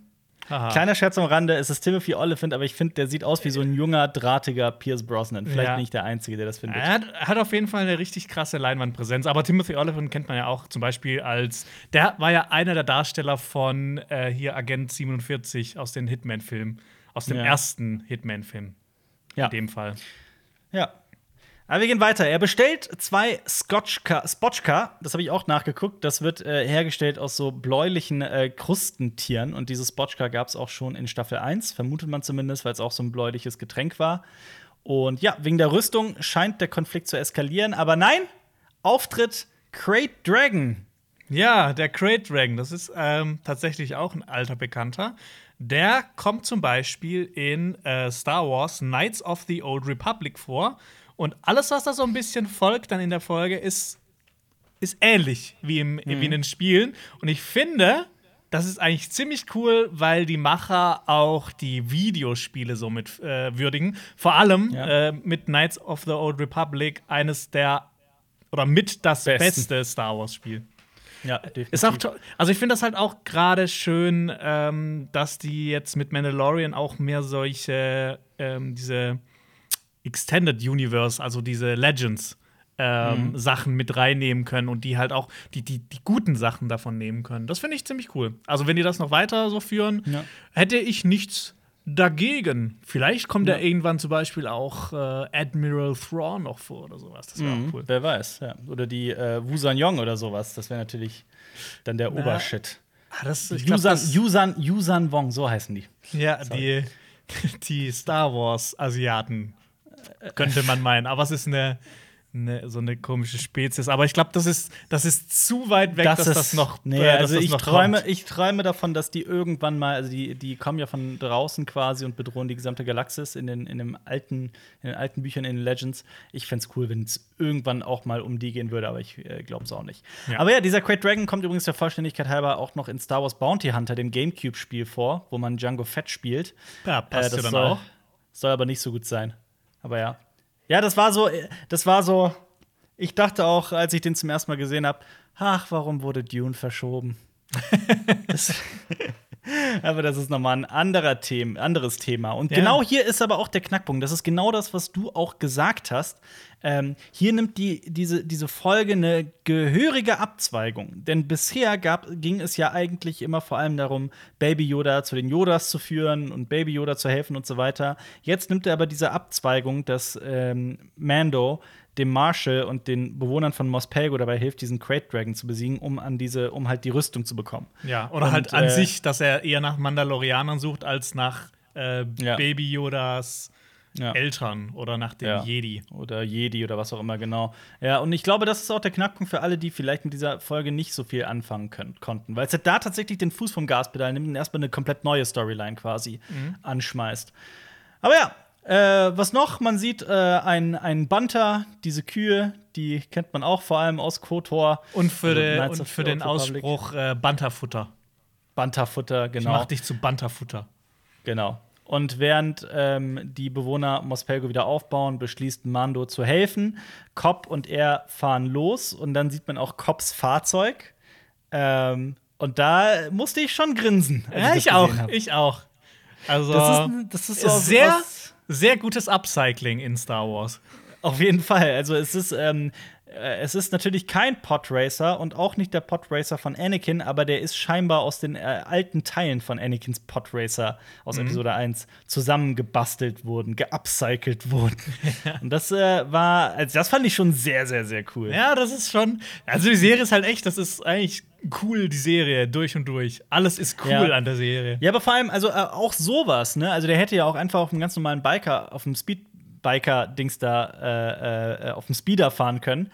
Aha. Kleiner Scherz am Rande, es ist Timothy Olyphant, aber ich finde, der sieht aus wie so ein junger, drahtiger Pierce Brosnan. Vielleicht bin ich der Einzige, der das findet. Er hat auf jeden Fall eine richtig krasse Leinwandpräsenz. Aber Timothy Olyphant kennt man ja auch zum Beispiel der war ja einer der Darsteller von hier Agent 47 aus den Hitman-Filmen. Aus dem ersten Hitman-Film. Ja. In dem Fall. Ja. Aber wir gehen weiter. Er bestellt 2 Spotchka. Das habe ich auch nachgeguckt. Das wird hergestellt aus so bläulichen Krustentieren. Und dieses Spotchka gab es auch schon in Staffel 1, vermutet man zumindest, weil es auch so ein bläuliches Getränk war. Und ja, wegen der Rüstung scheint der Konflikt zu eskalieren. Aber nein, Auftritt Krayt Dragon. Ja, der Krayt Dragon, das ist tatsächlich auch ein alter Bekannter. Der kommt zum Beispiel in Star Wars Knights of the Old Republic vor. Und alles, was da so ein bisschen folgt dann in der Folge, ist ähnlich wie in den Spielen. Und ich finde, das ist eigentlich ziemlich cool, weil die Macher auch die Videospiele so mit würdigen. Vor allem mit Knights of the Old Republic mit das beste Star Wars-Spiel. Ja, definitiv. Ist auch also ich finde das halt auch gerade schön, dass die jetzt mit Mandalorian auch mehr solche diese Extended Universe, also diese Legends Sachen mit reinnehmen können und die halt auch die guten Sachen davon nehmen können. Das finde ich ziemlich cool. Also wenn die das noch weiter so führen, hätte ich nichts dagegen. Vielleicht kommt da irgendwann zum Beispiel auch Admiral Thrawn noch vor oder sowas. Das wäre auch cool. Wer weiß, ja. Oder die Wusan Yong oder sowas. Das wäre natürlich dann der Obershit. Yuuzhan Vong, so heißen die. Ja, die Star Wars-Asiaten, könnte man meinen. Aber es ist so eine komische Spezies. Aber ich glaube, das ist zu weit weg, dass das noch. Nee, also ich träume davon, dass die irgendwann mal, also die kommen ja von draußen quasi und bedrohen die gesamte Galaxis in den alten Büchern, in den Legends. Ich fände es cool, wenn es irgendwann auch mal um die gehen würde, aber ich glaube es auch nicht. Ja. Aber ja, dieser Krayt Dragon kommt übrigens der Vollständigkeit halber auch noch in Star Wars Bounty Hunter, dem GameCube-Spiel, vor, wo man Jango Fett spielt. Ja, passt ja dann auch. Soll aber nicht so gut sein. Aber ja. Ja, das war so. Ich dachte auch, als ich den zum ersten Mal gesehen habe, ach, warum wurde Dune verschoben? Aber das ist nochmal ein anderes Thema. Und genau hier ist aber auch der Knackpunkt. Das ist genau das, was du auch gesagt hast. Hier nimmt diese Folge eine gehörige Abzweigung. Denn bisher ging es ja eigentlich immer vor allem darum, Baby Yoda zu den Yodas zu führen und Baby Yoda zu helfen und so weiter. Jetzt nimmt er aber diese Abzweigung, dass Mando dem Marshal und den Bewohnern von Mos Pelgo dabei hilft, diesen Krayt Dragon zu besiegen, um halt die Rüstung zu bekommen. Ja, oder halt an sich, dass er eher nach Mandalorianern sucht, als nach Baby Yodas Eltern oder nach dem Jedi. Oder Jedi oder was auch immer, genau. Ja, und ich glaube, das ist auch der Knackpunkt für alle, die vielleicht mit dieser Folge nicht so viel anfangen konnten. Weil es da tatsächlich den Fuß vom Gaspedal nimmt und erstmal eine komplett neue Storyline quasi anschmeißt. Aber ja, was noch? Man sieht einen Banter, diese Kühe, die kennt man auch vor allem aus KOTOR. Und für den Ausspruch Banterfutter. Banterfutter, genau. Ich mach dich zu Banterfutter. Genau. Und während die Bewohner Mos Pelgo wieder aufbauen, beschließt Mando zu helfen. Cobb und er fahren los und dann sieht man auch Cobbs Fahrzeug. Und da musste ich schon grinsen. Ja, ich auch. Also, das ist so sehr gutes Upcycling in Star Wars. Auf jeden Fall. Also es ist natürlich kein Podracer und auch nicht der Podracer von Anakin, aber der ist scheinbar aus den alten Teilen von Anakins Podracer aus Episode 1 zusammengebastelt wurden, geupcycelt wurden. Und das das fand ich schon sehr, sehr, sehr cool. Ja, das ist schon. Also die Serie ist halt echt, das ist eigentlich cool, die Serie, durch und durch. Alles ist cool an der Serie. Ja, aber vor allem, also auch sowas, ne? Also der hätte ja auch einfach auf einem ganz normalen Biker, auf dem Speedbiker-Dings da auf dem Speeder fahren können.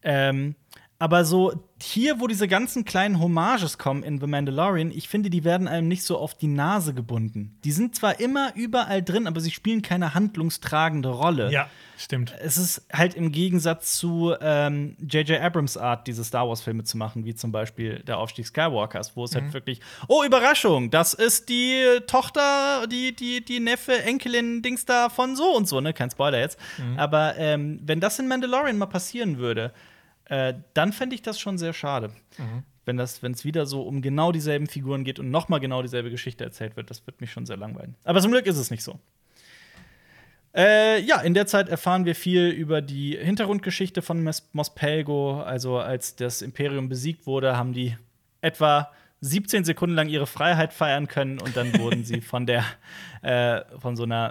Aber so hier, wo diese ganzen kleinen Hommages kommen in The Mandalorian, ich finde, die werden einem nicht so auf die Nase gebunden. Die sind zwar immer überall drin, aber sie spielen keine handlungstragende Rolle. Ja, stimmt. Es ist halt im Gegensatz zu J.J. Abrams' Art, diese Star Wars-Filme zu machen, wie zum Beispiel der Aufstieg Skywalkers, wo es halt wirklich, oh, Überraschung, das ist die Tochter, die Neffe, Enkelin, Dings da von so und so, ne? Kein Spoiler jetzt. Aber wenn das in Mandalorian mal passieren würde, dann fände ich das schon sehr schade. wenn es wieder so um genau dieselben Figuren geht und nochmal genau dieselbe Geschichte erzählt wird, das wird mich schon sehr langweilen. Aber zum Glück ist es nicht so. Ja, in der Zeit erfahren wir viel über die Hintergrundgeschichte von Mos Pelgo. Also, als das Imperium besiegt wurde, haben die etwa 17 Sekunden lang ihre Freiheit feiern können und dann wurden sie von so einer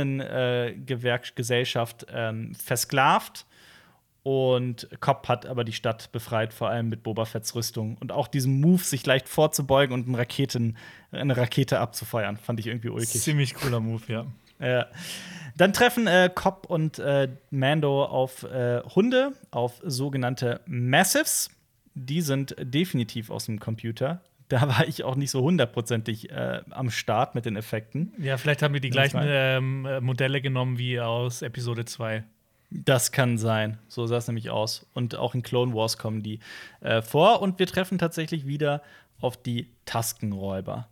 Minengewerkschaft versklavt. Und Cobb hat aber die Stadt befreit, vor allem mit Boba Fetts Rüstung. Und auch diesen Move, sich leicht vorzubeugen und eine Rakete abzufeuern, fand ich irgendwie ulkig. Ziemlich cooler Move, ja. Dann treffen Cobb und Mando auf Hunde, auf sogenannte Massives. Die sind definitiv aus dem Computer. Da war ich auch nicht so hundertprozentig am Start mit den Effekten. Ja, vielleicht haben wir die gleichen Modelle genommen wie aus Episode 2. Das kann sein. So sah es nämlich aus. Und auch in Clone Wars kommen die vor. Und wir treffen tatsächlich wieder auf die Taskenräuber.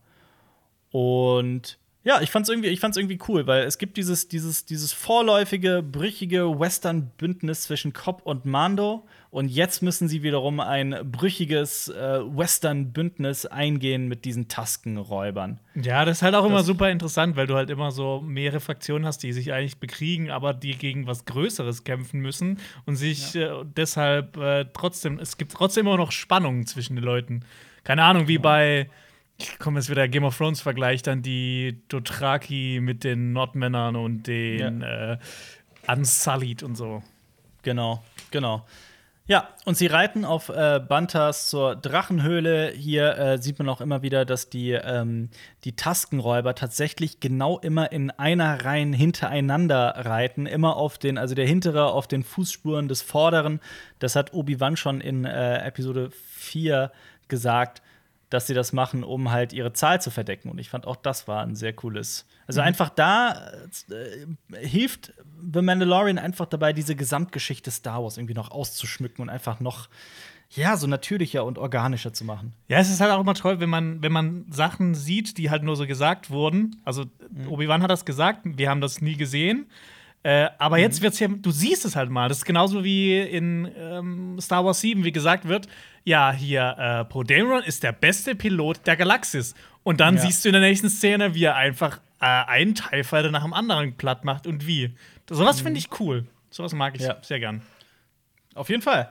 Und ja, ich fand's irgendwie cool, weil es gibt dieses vorläufige, brüchige Western-Bündnis zwischen Cobb und Mando. Und jetzt müssen sie wiederum ein brüchiges Western-Bündnis eingehen mit diesen Taskenräubern. Ja, das ist halt auch immer super interessant, weil du halt immer so mehrere Fraktionen hast, die sich eigentlich bekriegen, aber die gegen was Größeres kämpfen müssen und sich deshalb es gibt trotzdem immer noch Spannungen zwischen den Leuten. Keine Ahnung, wie bei jetzt wieder Game of Thrones Vergleich, dann die Dothraki mit den Nordmännern und den Unsullied und so. Genau. Ja, und sie reiten auf Bantas zur Drachenhöhle. Hier sieht man auch immer wieder, dass die Taskenräuber tatsächlich genau immer in einer Reihe hintereinander reiten. Immer also der hintere auf den Fußspuren des vorderen. Das hat Obi-Wan schon in Episode 4 gesagt, dass sie das machen, um halt ihre Zahl zu verdecken. Und ich fand auch, das war ein sehr cooles. Also einfach da hilft The Mandalorian einfach dabei, diese Gesamtgeschichte Star Wars irgendwie noch auszuschmücken und einfach noch so natürlicher und organischer zu machen. Ja, es ist halt auch immer toll, wenn man Sachen sieht, die halt nur so gesagt wurden. Also Obi-Wan hat das gesagt, wir haben das nie gesehen. Aber jetzt wird's du siehst es halt mal. Das ist genauso wie in Star Wars 7, wie gesagt wird, ja, hier, Poe Dameron ist der beste Pilot der Galaxis. Und dann siehst du in der nächsten Szene, wie er einfach einen TIE Fighter nach dem anderen platt macht und wie. Sowas finde ich cool. Sowas mag ich sehr gern. Auf jeden Fall.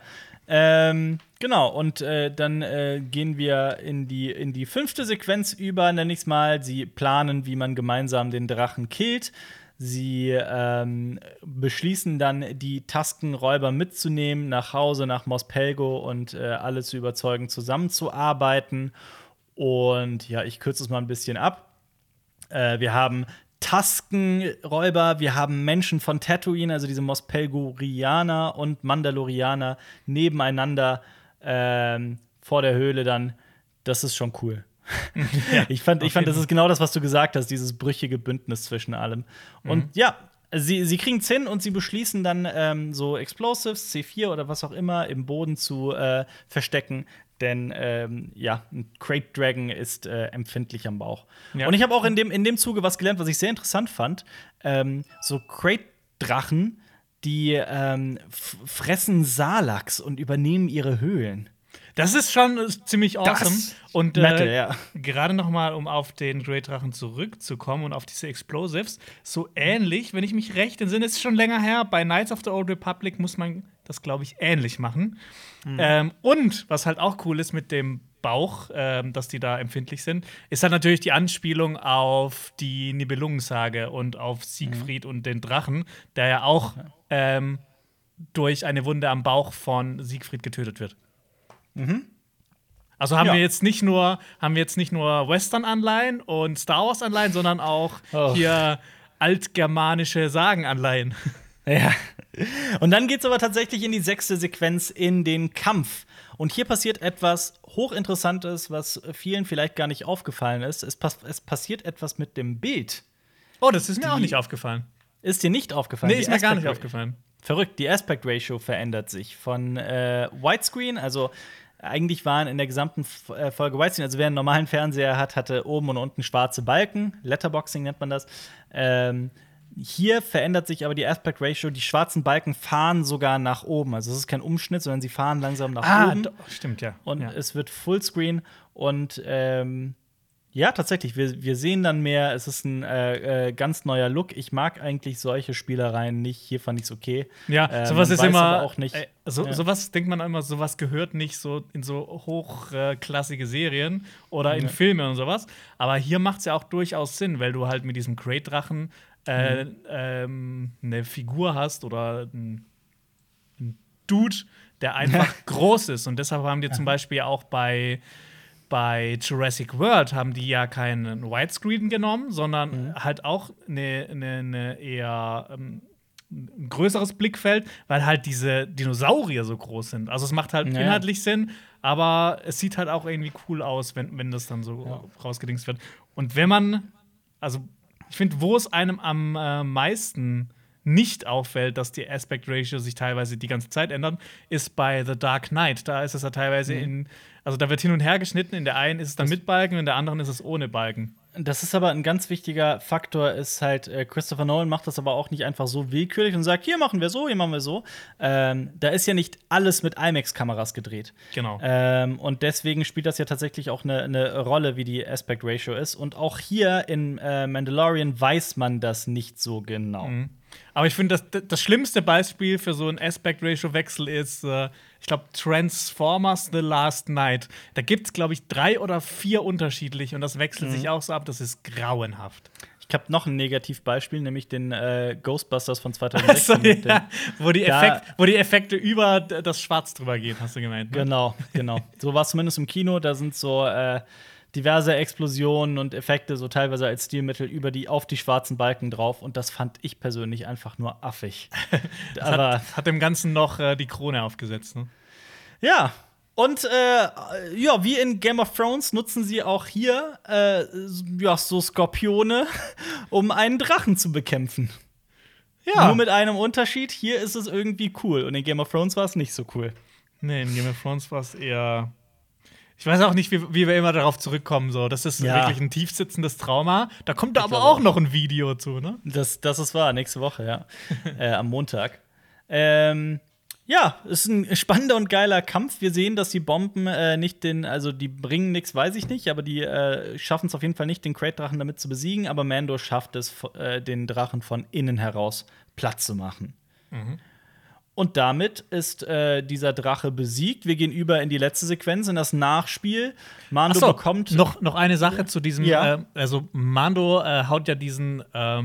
Genau, und dann gehen wir in die 5. Sequenz über, nenne ich es mal. Sie planen, wie man gemeinsam den Drachen killt. Sie beschließen dann, die Taskenräuber mitzunehmen nach Hause, nach Mos Pelgo und alle zu überzeugen, zusammenzuarbeiten. Und ja, ich kürze es mal ein bisschen ab. Wir haben Taskenräuber, wir haben Menschen von Tatooine, also diese Mos Pelgorianer und Mandalorianer nebeneinander vor der Höhle dann. Das ist schon cool. Ich fand, das ist genau das, was du gesagt hast, dieses brüchige Bündnis zwischen allem. Und sie kriegen es hin und sie beschließen dann, so Explosives, C4 oder was auch immer, im Boden zu verstecken. Denn ein Krayt Dragon ist empfindlich am Bauch. Ja. Und ich habe auch in dem Zuge was gelernt, was ich sehr interessant fand. So Krayt Drachen, die fressen Salaks und übernehmen ihre Höhlen. Das ist schon ziemlich awesome. Und Metal, gerade noch mal, um auf den Great Drachen zurückzukommen und auf diese Explosives, so ähnlich, wenn ich mich recht entsinne, ist schon länger her, bei Knights of the Old Republic muss man das, glaube ich, ähnlich machen. Und was halt auch cool ist mit dem Bauch, dass die da empfindlich sind, ist halt natürlich die Anspielung auf die Nibelungensage und auf Siegfried und den Drachen, der ja auch durch eine Wunde am Bauch von Siegfried getötet wird. Also haben wir jetzt nicht nur Western-Anleihen und Star Wars-Anleihen, sondern auch hier altgermanische Sagen-Anleihen. Ja. Und dann geht's aber tatsächlich in die 6. Sequenz, in den Kampf. Und hier passiert etwas Hochinteressantes, was vielen vielleicht gar nicht aufgefallen ist. Es passiert etwas mit dem Bild. Oh, das ist mir auch nicht aufgefallen. Ist dir nicht aufgefallen? Nee, ist mir gar nicht aufgefallen. Verrückt, die Aspect Ratio verändert sich von Widescreen, also eigentlich waren in der gesamten Folge Widescreen, also wer einen normalen Fernseher hat, hatte oben und unten schwarze Balken, Letterboxing nennt man das. Hier verändert sich aber die Aspect Ratio. Die schwarzen Balken fahren sogar nach oben. Also es ist kein Umschnitt, sondern sie fahren langsam nach oben. Stimmt, ja. Und es wird Fullscreen. Und ja, tatsächlich, wir sehen dann mehr. Es ist ein ganz neuer Look. Ich mag eigentlich solche Spielereien nicht. Hier fand ich es okay. Ja, sowas ist immer auch nicht. Sowas denkt man immer, sowas gehört nicht so in so hochklassige Serien oder in Filme und sowas. Aber hier macht es ja auch durchaus Sinn, weil du halt mit diesem Crate-Drachen eine Figur hast oder ein Dude, der einfach groß ist. Und deshalb haben die zum Beispiel auch bei Jurassic World haben die ja keinen Widescreen genommen, sondern halt auch eine eher ein größeres Blickfeld, weil halt diese Dinosaurier so groß sind. Also es macht halt inhaltlich Sinn, aber es sieht halt auch irgendwie cool aus, wenn das dann so rausgedingst wird. Und wenn man, also ich finde, wo es einem am meisten nicht auffällt, dass die Aspect Ratio sich teilweise die ganze Zeit ändern, ist bei The Dark Knight. Da ist es ja teilweise also da wird hin und her geschnitten. In der einen ist es dann mit Balken, in der anderen ist es ohne Balken. Das ist aber ein ganz wichtiger Faktor, ist halt, Christopher Nolan macht das aber auch nicht einfach so willkürlich und sagt, hier machen wir so, hier machen wir so. Da ist ja nicht alles mit IMAX-Kameras gedreht. Genau. Und deswegen spielt das ja tatsächlich auch eine Rolle, wie die Aspect Ratio ist. Und auch hier in Mandalorian weiß man das nicht so genau. Aber ich finde, das schlimmste Beispiel für so einen Aspect-Ratio-Wechsel ist, ich glaube, Transformers The Last Night. Da gibt es, glaube ich, 3 oder 4 unterschiedlich und das wechselt sich auch so ab. Das ist grauenhaft. Ich habe noch ein Negativbeispiel, nämlich den Ghostbusters von 2016. Also, ja, wo die Effekte über das Schwarz drüber gehen, hast du gemeint. Ne? Genau. So war es zumindest im Kino. Da sind so diverse Explosionen und Effekte, so teilweise als Stilmittel, auf die schwarzen Balken drauf. Und das fand ich persönlich einfach nur affig. Aber hat dem Ganzen noch die Krone aufgesetzt. Ne? Ja. Und wie in Game of Thrones nutzen sie auch hier so Skorpione, um einen Drachen zu bekämpfen. Ja. Nur mit einem Unterschied, hier ist es irgendwie cool. Und in Game of Thrones war es nicht so cool. Nee, in Game of Thrones war es eher. Ich weiß auch nicht, wie wir immer darauf zurückkommen. So. Das ist wirklich ein tiefsitzendes Trauma. Da kommt da aber auch noch ein Video zu, ne? Das ist wahr, nächste Woche, ja. Am Montag. Ist ein spannender und geiler Kampf. Wir sehen, dass die Bomben die bringen nichts, weiß ich nicht, aber die schaffen es auf jeden Fall nicht, den Crate-Drachen damit zu besiegen. Aber Mando schafft es, den Drachen von innen heraus platt zu machen. Und damit ist dieser Drache besiegt. Wir gehen über in die letzte Sequenz, in das Nachspiel. Mando bekommt noch eine Sache zu diesem. Also Mando haut ja diesen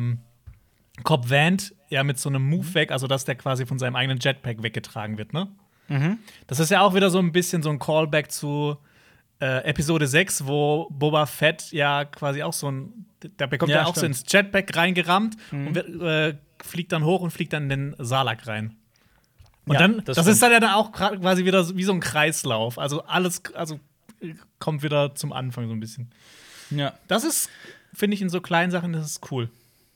Cobb Vanth mit so einem Move weg, also dass der quasi von seinem eigenen Jetpack weggetragen wird, ne? Das ist ja auch wieder so ein bisschen so ein Callback zu Episode 6, wo Boba Fett ja quasi auch der bekommt ja auch so ins Jetpack reingerammt und fliegt dann hoch und fliegt dann in den Salak rein. Und das ist dann ja dann auch quasi wieder wie so ein Kreislauf. Also alles kommt wieder zum Anfang so ein bisschen. Ja. Das ist, finde ich, in so kleinen Sachen, das ist cool.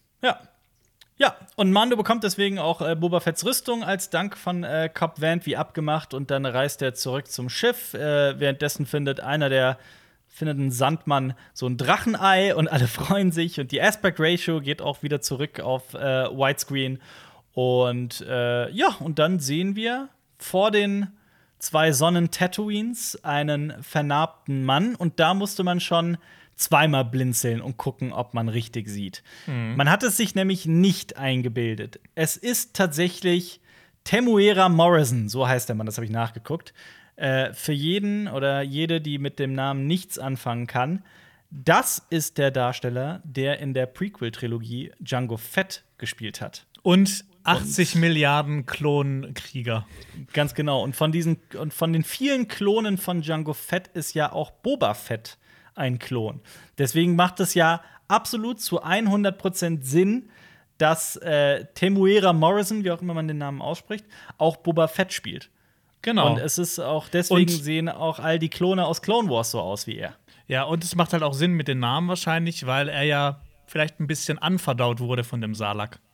Ja, und Mando bekommt deswegen auch Boba Fetts Rüstung als Dank von Cobb Vanth, wie abgemacht. Und dann reist er zurück zum Schiff. Währenddessen findet ein Sandmann so ein Drachenei und alle freuen sich. Und die Aspect Ratio geht auch wieder zurück auf Widescreen. Und und dann sehen wir vor den 2 Sonnen-Tatooines einen vernarbten Mann. Und da musste man schon zweimal blinzeln und gucken, ob man richtig sieht. Man hat es sich nämlich nicht eingebildet. Es ist tatsächlich Temuera Morrison, so heißt der Mann, das habe ich nachgeguckt. Für jeden oder jede, die mit dem Namen nichts anfangen kann, das ist der Darsteller, der in der Prequel-Trilogie Jango Fett gespielt hat. Und 80 Milliarden Klonkrieger. Ganz genau. Und von den vielen Klonen von Jango Fett ist ja auch Boba Fett ein Klon. Deswegen macht es ja absolut zu 100% Sinn, dass Temuera Morrison, wie auch immer man den Namen ausspricht, auch Boba Fett spielt. Genau. Und es ist auch deswegen sehen auch all die Klone aus Clone Wars so aus wie er. Ja, und es macht halt auch Sinn mit den Namen wahrscheinlich, weil er ja vielleicht ein bisschen anverdaut wurde von dem Salak.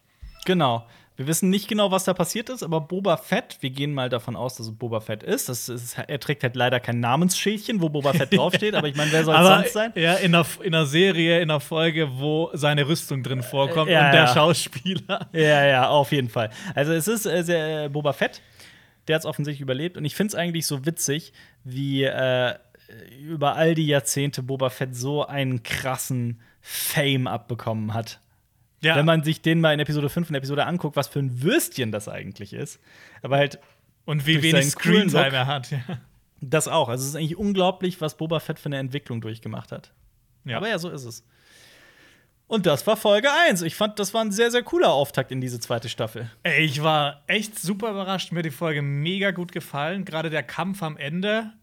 Genau. Wir wissen nicht genau, was da passiert ist, aber Boba Fett, wir gehen mal davon aus, dass es Boba Fett ist. Er trägt halt leider kein Namensschildchen, wo Boba Fett draufsteht, aber ich meine, wer soll es sonst sein? Ja, in einer Serie, in einer Folge, wo seine Rüstung drin vorkommt Ja, und der ja. Schauspieler. Ja, auf jeden Fall. Also es ist Boba Fett, der hat es offensichtlich überlebt. Und ich finde es eigentlich so witzig, wie über all die Jahrzehnte Boba Fett so einen krassen Fame abbekommen hat. Ja. Wenn man sich den mal in Episode 5 und Episode anguckt, was für ein Würstchen das eigentlich ist. Aber halt Und wie durch wenig seinen coolen Screentime Look. er hat. Ja. das auch. Also es ist eigentlich unglaublich, was Boba Fett für eine Entwicklung durchgemacht hat. Ja. Aber ja, so ist es. Und das war Folge 1. Ich fand, das war ein sehr, sehr cooler Auftakt in diese zweite Staffel. Ey, ich war echt super überrascht. Mir hat die Folge mega gut gefallen. Gerade der Kampf am Ende.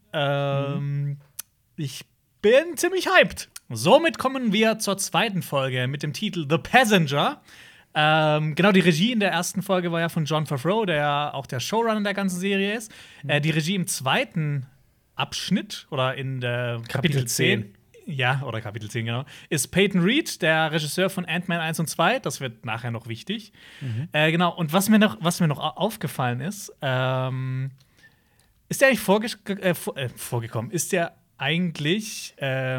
Ich bin ziemlich hyped. Somit kommen wir zur zweiten Folge mit dem Titel The Passenger. Genau, die Regie in der ersten Folge war ja von Jon Favreau, der ja auch der Showrunner der ganzen Serie ist. Die Regie im zweiten Abschnitt oder in der Kapitel 10. Ja, oder Kapitel 10, genau. Ist Peyton Reed, der Regisseur von Ant-Man 1 und 2. Das wird nachher noch wichtig. Genau, und was mir noch aufgefallen ist, ist der eigentlich vorgekommen? Ist der eigentlich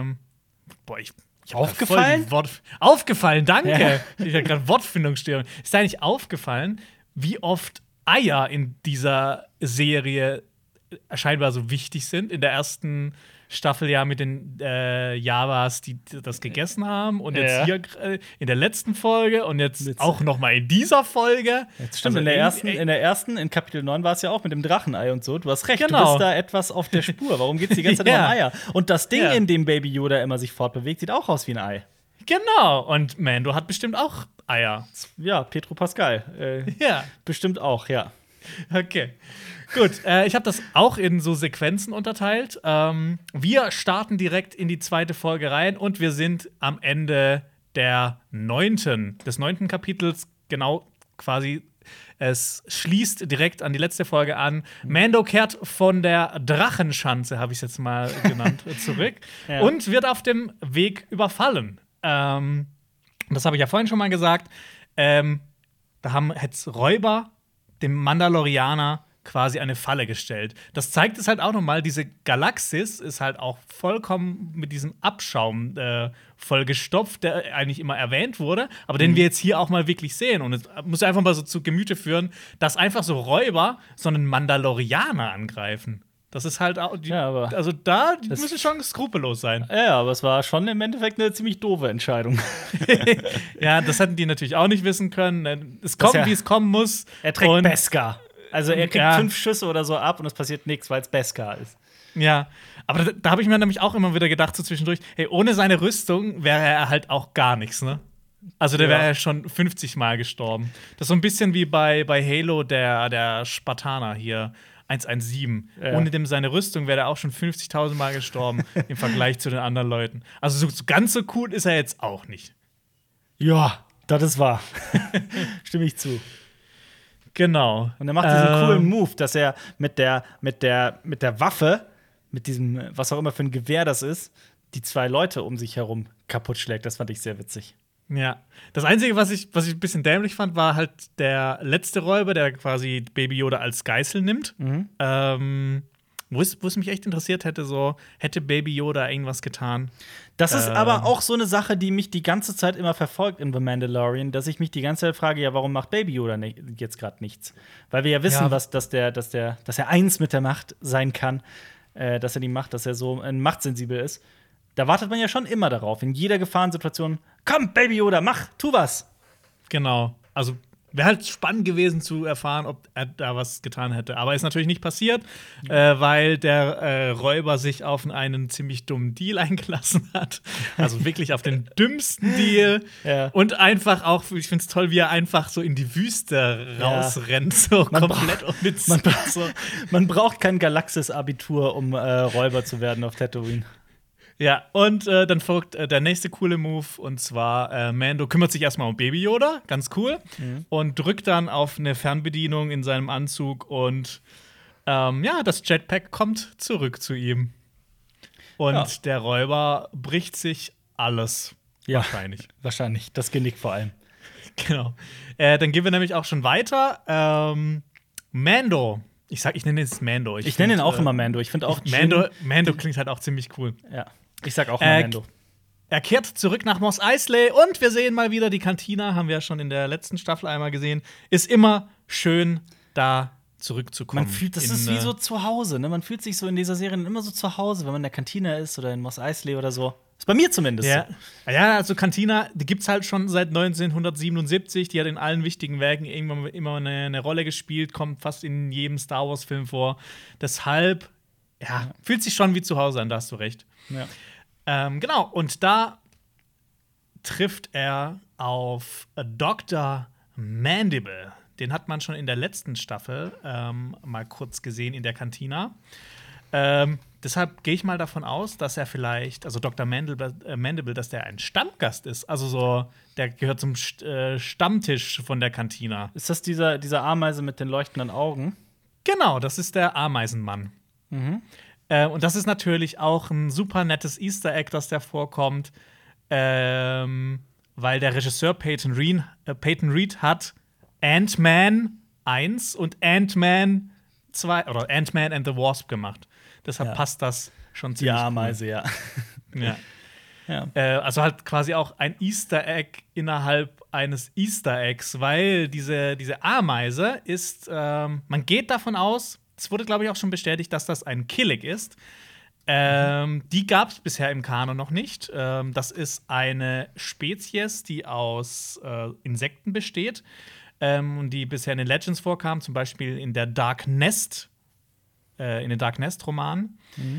ich hab Aufgefallen? grad voll die aufgefallen, danke. Ja. Ich hatte gerade Wortfindungsstörung. Ist dir eigentlich aufgefallen, wie oft Eier in dieser Serie scheinbar so wichtig sind? In der ersten Staffel ja mit den Javas, die das gegessen haben. Und jetzt hier in der letzten Folge und jetzt auch noch mal in dieser Folge. Jetzt stimmt, Also in Kapitel 9 war es ja auch mit dem Drachenei und so. Du hast recht, Genau. du bist da etwas auf der Spur. Warum geht's die ganze Zeit nur um Ja. Eier? Und das Ding, Ja. in dem Baby Yoda immer sich fortbewegt, sieht auch aus wie ein Ei. Genau. Und Mando hat bestimmt auch Eier. Ja, Pedro Pascal. Ja. Bestimmt auch, ja. Okay. Gut, ich habe das auch in so Sequenzen unterteilt. Wir starten direkt in die zweite Folge rein und wir sind am Ende des 9. Kapitels, genau quasi. Es schließt direkt an die letzte Folge an. Mando kehrt von der Drachenschanze, habe ich es jetzt mal genannt, zurück Ja. und wird auf dem Weg überfallen. Das habe ich ja vorhin schon mal gesagt. Da haben jetzt Räuber dem Mandalorianer quasi eine Falle gestellt. Das zeigt es halt auch nochmal, diese Galaxis ist halt auch vollkommen mit diesem Abschaum vollgestopft, der eigentlich immer erwähnt wurde, aber den wir jetzt hier auch mal wirklich sehen. Und es muss einfach mal so zu Gemüte führen, dass einfach so Räuber so einen Mandalorianer angreifen. Das ist halt auch, die müssen schon skrupellos sein. Ja, aber es war schon im Endeffekt eine ziemlich doofe Entscheidung. Ja, das hätten die natürlich auch nicht wissen können. Es kommt, wie es kommen muss. Er trägt Und- Beskar. Also er kriegt Ja. 5 Schüsse oder so ab und es passiert nichts, weil es Beskar ist. Ja, aber da habe ich mir nämlich auch immer wieder gedacht, so zwischendurch, hey, ohne seine Rüstung wäre er halt auch gar nichts, ne? Also der Ja. wäre ja schon 50 Mal gestorben. Das ist so ein bisschen wie bei Halo, der Spartaner hier, 117. Ja. Ohne dem seine Rüstung wäre er auch schon 50.000 Mal gestorben im Vergleich zu den anderen Leuten. Also so ganz so cool ist er jetzt auch nicht. Ja, das ist wahr. Stimme ich zu. Genau. Und er macht diesen coolen Move, dass er mit der Waffe, mit diesem, was auch immer für ein Gewehr das ist, die 2 Leute um sich herum kaputt schlägt. Das fand ich sehr witzig. Ja. Das Einzige, was ich ein bisschen dämlich fand, war halt der letzte Räuber, der quasi Baby Yoda als Geißel nimmt. Wo es mich echt interessiert hätte, hätte Baby Yoda irgendwas getan. Das ist aber auch so eine Sache, die mich die ganze Zeit immer verfolgt in The Mandalorian, dass ich mich die ganze Zeit frage, ja, warum macht Baby Yoda jetzt gerade nichts? Weil wir ja wissen, Ja. dass er eins mit der Macht sein kann, dass er die Macht, dass er so machtsensibel ist. Da wartet man ja schon immer darauf, in jeder Gefahrensituation. Komm, Baby Yoda, tu was! Genau. Also wäre halt spannend gewesen zu erfahren, ob er da was getan hätte. Aber ist natürlich nicht passiert, weil der Räuber sich auf einen ziemlich dummen Deal eingelassen hat. Also wirklich auf den dümmsten Deal. Ja. Und einfach auch, ich finde es toll, wie er einfach so in die Wüste rausrennt, so komplett ohne Ziel. Man braucht kein Galaxis-Abitur, um Räuber zu werden auf Tatooine. Ja, und dann folgt der nächste coole Move, und zwar Mando kümmert sich erstmal um Baby Yoda, ganz cool, und drückt dann auf eine Fernbedienung in seinem Anzug und das Jetpack kommt zurück zu ihm. Und der Räuber bricht sich alles. Ja. Wahrscheinlich. Wahrscheinlich, das Genick vor allem. Genau. Dann gehen wir nämlich auch schon weiter. Mando. Ich nenne es Mando. Ich nenne ihn auch immer Mando. Ich finde auch Mando klingt halt auch ziemlich cool. Ja. Ich sag auch immer Mando. Er kehrt zurück nach Mos Eisley und wir sehen mal wieder die Kantina, haben wir ja schon in der letzten Staffel einmal gesehen. Ist immer schön, da zurückzukommen. Das ist wie so zu Hause, ne? Man fühlt sich so in dieser Serie immer so zu Hause, wenn man in der Kantina ist oder in Mos Eisley oder so. Ist bei mir zumindest ja. so. Ja, also Cantina, die gibt's halt schon seit 1977. Die hat in allen wichtigen Werken irgendwann immer eine Rolle gespielt, kommt fast in jedem Star Wars-Film vor. Deshalb, ja, fühlt sich schon wie zu Hause an, da hast du recht. Ja. Genau, und da trifft er auf Dr. Mandible. Den hat man schon in der letzten Staffel mal kurz gesehen in der Kantina. Deshalb gehe ich mal davon aus, dass er vielleicht, also Dr. Mandible, dass der ein Stammgast ist. Also so, der gehört zum Stammtisch von der Kantina. Ist das dieser Ameise mit den leuchtenden Augen? Genau, das ist der Ameisenmann. Mhm. Und das ist natürlich auch ein super nettes Easter Egg, das da vorkommt, weil der Regisseur Peyton Reed hat Ant-Man 1 und Ant-Man 2 oder Ant-Man and the Wasp gemacht. Deshalb passt das schon ziemlich Die Ameise, cool. Ja. Also halt quasi auch ein Easter Egg innerhalb eines Easter Eggs, weil diese Ameise ist, man geht davon aus, es wurde, glaube ich, auch schon bestätigt, dass das ein Killik ist. Die gab es bisher im Kanon noch nicht. Das ist eine Spezies, die aus Insekten besteht und die bisher in den Legends vorkam, zum Beispiel in der Dark Nest, in den Dark Nest-Romanen.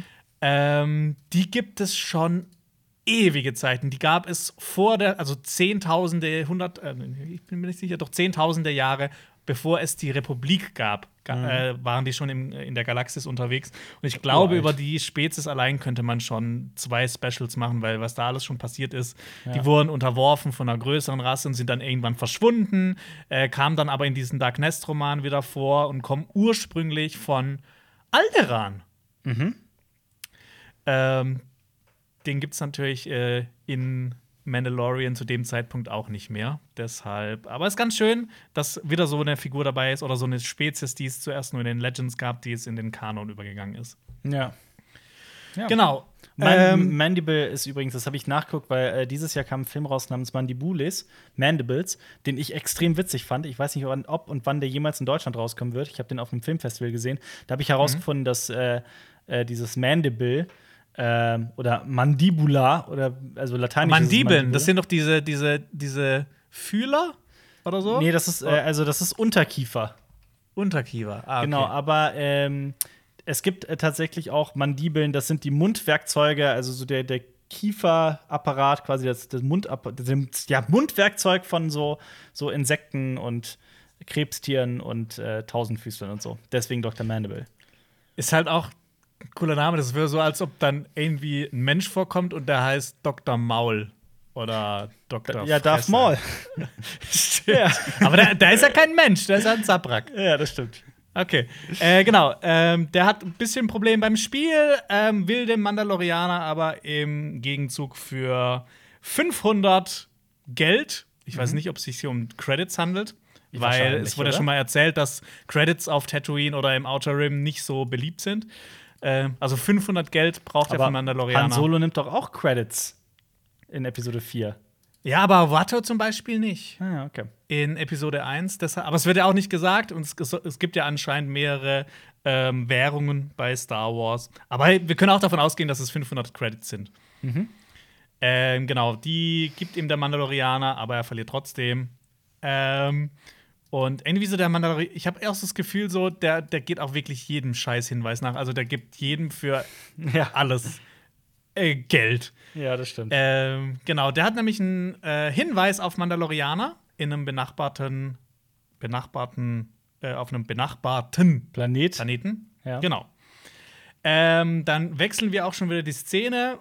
Die gibt es schon ewige Zeiten. Die gab es vor also Zehntausende, ich bin mir nicht sicher, doch Zehntausende Jahre, bevor es die Republik gab, waren die schon in der Galaxis unterwegs. Und ich glaube, über die Spezies allein könnte man schon 2 Specials machen, weil was da alles schon passiert ist. Die wurden unterworfen von einer größeren Rasse und sind dann irgendwann verschwunden, kamen dann aber in diesen Dark Nest-Roman wieder vor und kommen ursprünglich von Alderaan. Den gibt es natürlich in Mandalorian zu dem Zeitpunkt auch nicht mehr. Deshalb, aber es ist ganz schön, dass wieder so eine Figur dabei ist oder so eine Spezies, die es zuerst nur in den Legends gab, die es in den Kanon übergegangen ist. Ja. Genau. Mandible ist übrigens, das habe ich nachgeguckt, weil dieses Jahr kam ein Film raus namens Mandibles, den ich extrem witzig fand. Ich weiß nicht, ob und wann der jemals in Deutschland rauskommen wird. Ich habe den auf einem Filmfestival gesehen. Da habe ich herausgefunden, dass dieses Mandible oder Mandibula oder also lateinisch. Mandibeln, das sind doch diese Fühler oder so? Nee, das ist Unterkiefer. Unterkiefer, okay. Genau, aber es gibt tatsächlich auch Mandibeln, das sind die Mundwerkzeuge, also so der Kieferapparat, quasi das Mundwerkzeug von so Insekten und Krebstieren und Tausendfüßlern und so. Deswegen Dr. Mandible. Ist halt auch ein cooler Name. Das wäre so, als ob dann irgendwie ein Mensch vorkommt und der heißt Dr. Maul. Oder Dr. Ja, Darth Maul. Ja. Aber da ist ja kein Mensch, der ist ja ein Zabrak. Ja, das stimmt. Okay, genau. Der hat ein bisschen Problem beim Spiel, will den Mandalorianer aber im Gegenzug für 500 Geld, ich weiß nicht, ob es sich hier um Credits handelt, weil es wurde ja schon mal erzählt, dass Credits auf Tatooine oder im Outer Rim nicht so beliebt sind. Also 500 Geld braucht er von Mandalorianer. Han Solo nimmt doch auch Credits in Episode 4. Ja, aber Watto zum Beispiel nicht. Ah, okay. In Episode 1. Aber es wird ja auch nicht gesagt. Und es gibt ja anscheinend mehrere Währungen bei Star Wars. Aber wir können auch davon ausgehen, dass es 500 Credits sind. Genau, die gibt ihm der Mandalorianer, aber er verliert trotzdem. Und irgendwie so der Mandalorianer, ich habe erst das Gefühl, so, der geht auch wirklich jedem Scheiß-Hinweis nach. Also der gibt jedem für alles Geld. Ja, das stimmt. Genau, der hat nämlich einen Hinweis auf Mandalorianer in einem benachbarten Planeten. Ja. Genau. Dann wechseln wir auch schon wieder die Szene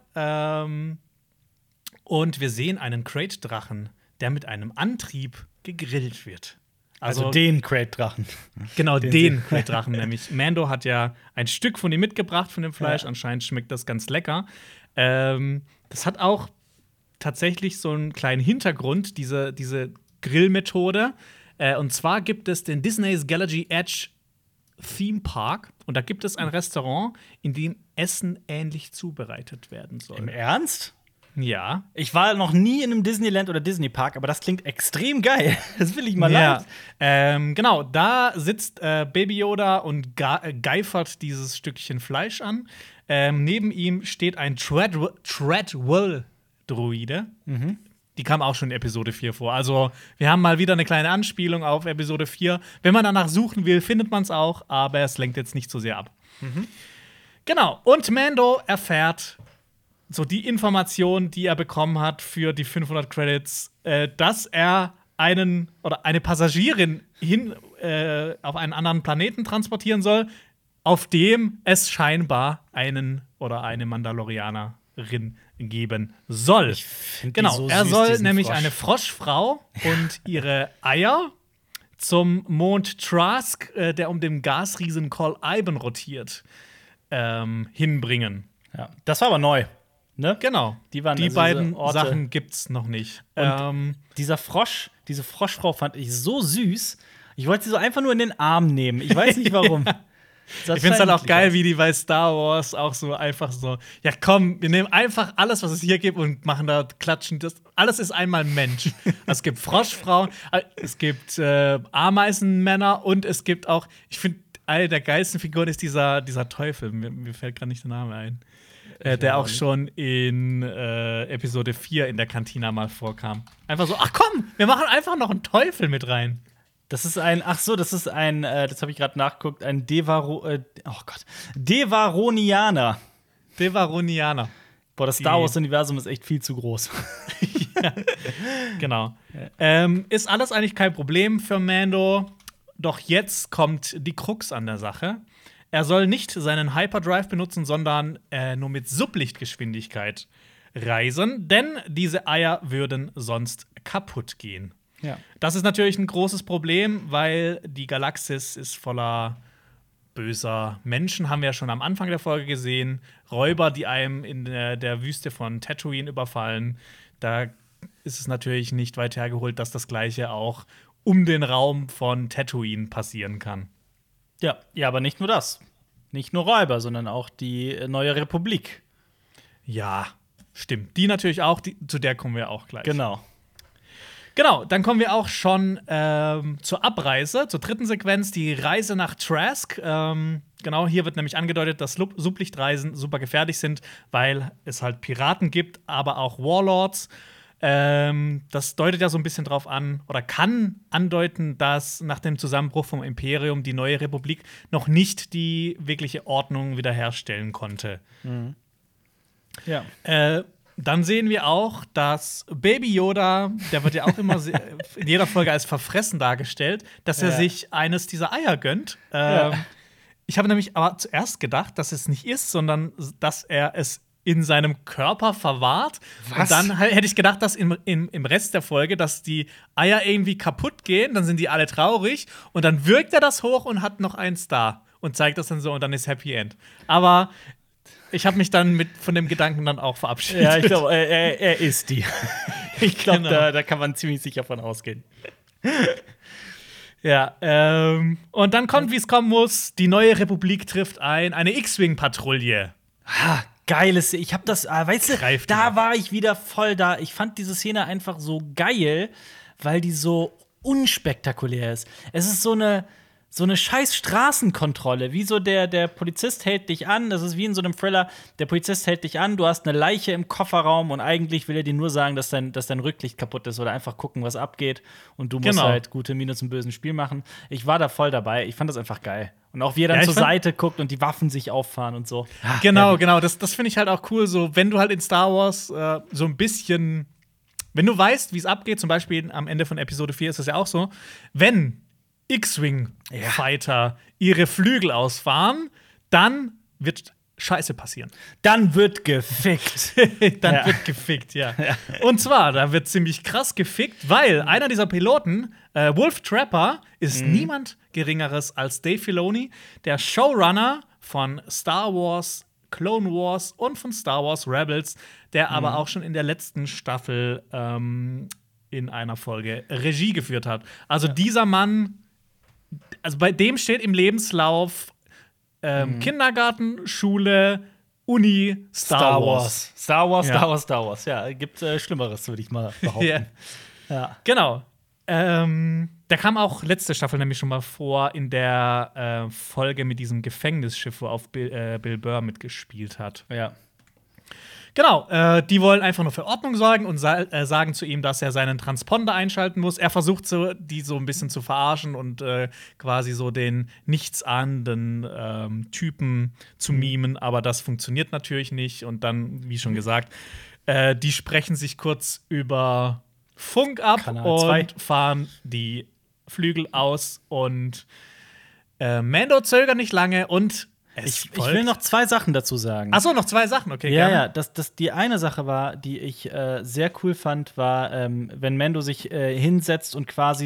und wir sehen einen Krayt-Drachen, der mit einem Antrieb gegrillt wird. Also den Krayt-Drachen. Genau, den Krayt-Drachen nämlich. Mando hat ja ein Stück von ihm mitgebracht, von dem Fleisch. Ja. Anscheinend schmeckt das ganz lecker. Das hat auch tatsächlich so einen kleinen Hintergrund. Diese Grillmethode. Und zwar gibt es den Disney's Galaxy Edge Theme Park. Und da gibt es ein Restaurant, in dem Essen ähnlich zubereitet werden soll. Im Ernst? Ja. Ich war noch nie in einem Disneyland oder Disney Park, aber das klingt extrem geil. Das will ich mal live. Genau, da sitzt Baby Yoda und geifert dieses Stückchen Fleisch an. Neben ihm steht ein Treadwell-Droide. Die kam auch schon in Episode 4 vor. Also, wir haben mal wieder eine kleine Anspielung auf Episode 4. Wenn man danach suchen will, findet man es auch, aber es lenkt jetzt nicht so sehr ab. Genau, und Mando erfährt so die Information, die er bekommen hat für die 500 Credits, dass er eine Passagierin auf einen anderen Planeten transportieren soll, auf dem es scheinbar einen oder eine Mandalorianerin geben soll. Ich find genau, so er süß, soll diesen nämlich Frosch. eine Froschfrau und ihre Eier zum Mond Trask, der um den Gasriesen Kol Iben rotiert, hinbringen. Ja. Das war aber neu. Ne? Genau. Die waren die also beiden diese Orte. Sachen gibt's noch nicht. Und dieser Frosch, diese Froschfrau fand ich so süß. Ich wollte sie so einfach nur in den Arm nehmen. Ich weiß nicht warum. Ich finde es halt auch geil, wie die bei Star Wars auch so einfach so, ja komm, wir nehmen einfach alles, was es hier gibt und machen da klatschen. Alles ist einmal Mensch. Es gibt Froschfrauen, es gibt Ameisenmänner und es gibt auch, ich finde, eine der geilsten Figuren ist dieser Teufel. Mir fällt gerade nicht der Name ein. Der auch schon in Episode 4 in der Kantina mal vorkam. Einfach so, ach komm, wir machen einfach noch einen Teufel mit rein. das ist ein das habe ich gerade nachgeguckt, ein Devaronianer. Devaronianer. Boah, das Star Wars-Universum ist echt viel zu groß. Ja, genau. Ist alles eigentlich kein Problem für Mando. Doch jetzt kommt die Krux an der Sache. Er soll nicht seinen Hyperdrive benutzen, sondern nur mit Sublichtgeschwindigkeit reisen, denn diese Eier würden sonst kaputt gehen. Ja. Das ist natürlich ein großes Problem, weil die Galaxis ist voller böser Menschen, haben wir ja schon am Anfang der Folge gesehen. Räuber, die einem in der Wüste von Tatooine überfallen. Da ist es natürlich nicht weit hergeholt, dass das Gleiche auch um den Raum von Tatooine passieren kann. Ja, aber nicht nur das. Nicht nur Räuber, sondern auch die neue Republik. Ja, stimmt. Die natürlich auch, zu der kommen wir auch gleich. Genau, dann kommen wir auch schon zur Abreise, zur dritten Sequenz, die Reise nach Trask. Genau, hier wird nämlich angedeutet, dass Sublichtreisen super gefährlich sind, weil es halt Piraten gibt, aber auch Warlords. Das deutet ja so ein bisschen drauf an oder kann andeuten, dass nach dem Zusammenbruch vom Imperium die neue Republik noch nicht die wirkliche Ordnung wiederherstellen konnte. Ja. Dann sehen wir auch, dass Baby Yoda, der wird ja auch immer in jeder Folge als verfressen dargestellt, dass er sich eines dieser Eier gönnt. Ich habe nämlich aber zuerst gedacht, dass es nicht ist, sondern dass er es in seinem Körper verwahrt. Was? Und dann hätte ich gedacht, dass im Rest der Folge, dass die Eier irgendwie kaputt gehen, dann sind die alle traurig und dann wirkt er das hoch und hat noch eins da und zeigt das dann so und dann ist Happy End. Aber ich habe mich dann von dem Gedanken dann auch verabschiedet. Ja, ich glaube, er ist die. Ich glaube, Genau. da kann man ziemlich sicher von ausgehen. Ja, und dann kommt, wie es kommen muss, die neue Republik trifft ein, eine X-Wing-Patrouille. Geiles. Ich habe das, weißt du, Greift da wieder. war ich wieder voll da. Ich fand diese Szene einfach so geil, weil die so unspektakulär ist. Es ist so eine scheiß Straßenkontrolle. Wie so der Polizist hält dich an. Das ist wie in so einem Thriller. Der Polizist hält dich an, du hast eine Leiche im Kofferraum und eigentlich will er dir nur sagen, dass dein Rücklicht kaputt ist oder einfach gucken, was abgeht. Und du musst Genau. halt gute Miene zum bösen Spiel machen. Ich war da voll dabei. Ich fand das einfach geil. Und auch wie er dann Ja, ich zur fand- Seite guckt und die Waffen sich auffahren und so. Genau. Das finde ich halt auch cool, so wenn du halt in Star Wars so ein bisschen, wenn du weißt, wie es abgeht, zum Beispiel am Ende von Episode 4 ist es ja auch so, wenn X-Wing-Fighter ihre Flügel ausfahren, dann wird Scheiße passieren. Dann wird gefickt. Dann Ja. wird gefickt, ja. Und zwar, da wird ziemlich krass gefickt, weil einer dieser Piloten, Wolf Trapper, ist niemand Geringeres als Dave Filoni, der Showrunner von Star Wars, Clone Wars und von Star Wars Rebels, der aber auch schon in der letzten Staffel in einer Folge Regie geführt hat. Also dieser Mann, also bei dem steht im Lebenslauf Kindergarten, Schule, Uni, Star Wars. Star Wars, Ja. Star Wars, Star Wars. Ja, gibt Schlimmeres, würde ich mal behaupten. Ja. Ja. Genau. Der kam auch letzte Staffel nämlich schon mal vor in der Folge mit diesem Gefängnisschiff, wo auch Bill Burr mitgespielt hat. Ja. Genau, die wollen einfach nur für Ordnung sorgen und sagen zu ihm, dass er seinen Transponder einschalten muss. Er versucht die so ein bisschen zu verarschen und quasi so den nichtsahnenden Typen zu mimen, aber das funktioniert natürlich nicht. Und dann, wie schon gesagt, die sprechen sich kurz über Funk ab Kanal und 2. fahren die Flügel aus. Und Mando zögert nicht lange und Ich will noch 2 Sachen dazu sagen. Achso, noch 2 Sachen, okay. Ja, gerne. ja, die eine Sache war, die ich sehr cool fand, war, wenn Mando sich hinsetzt und quasi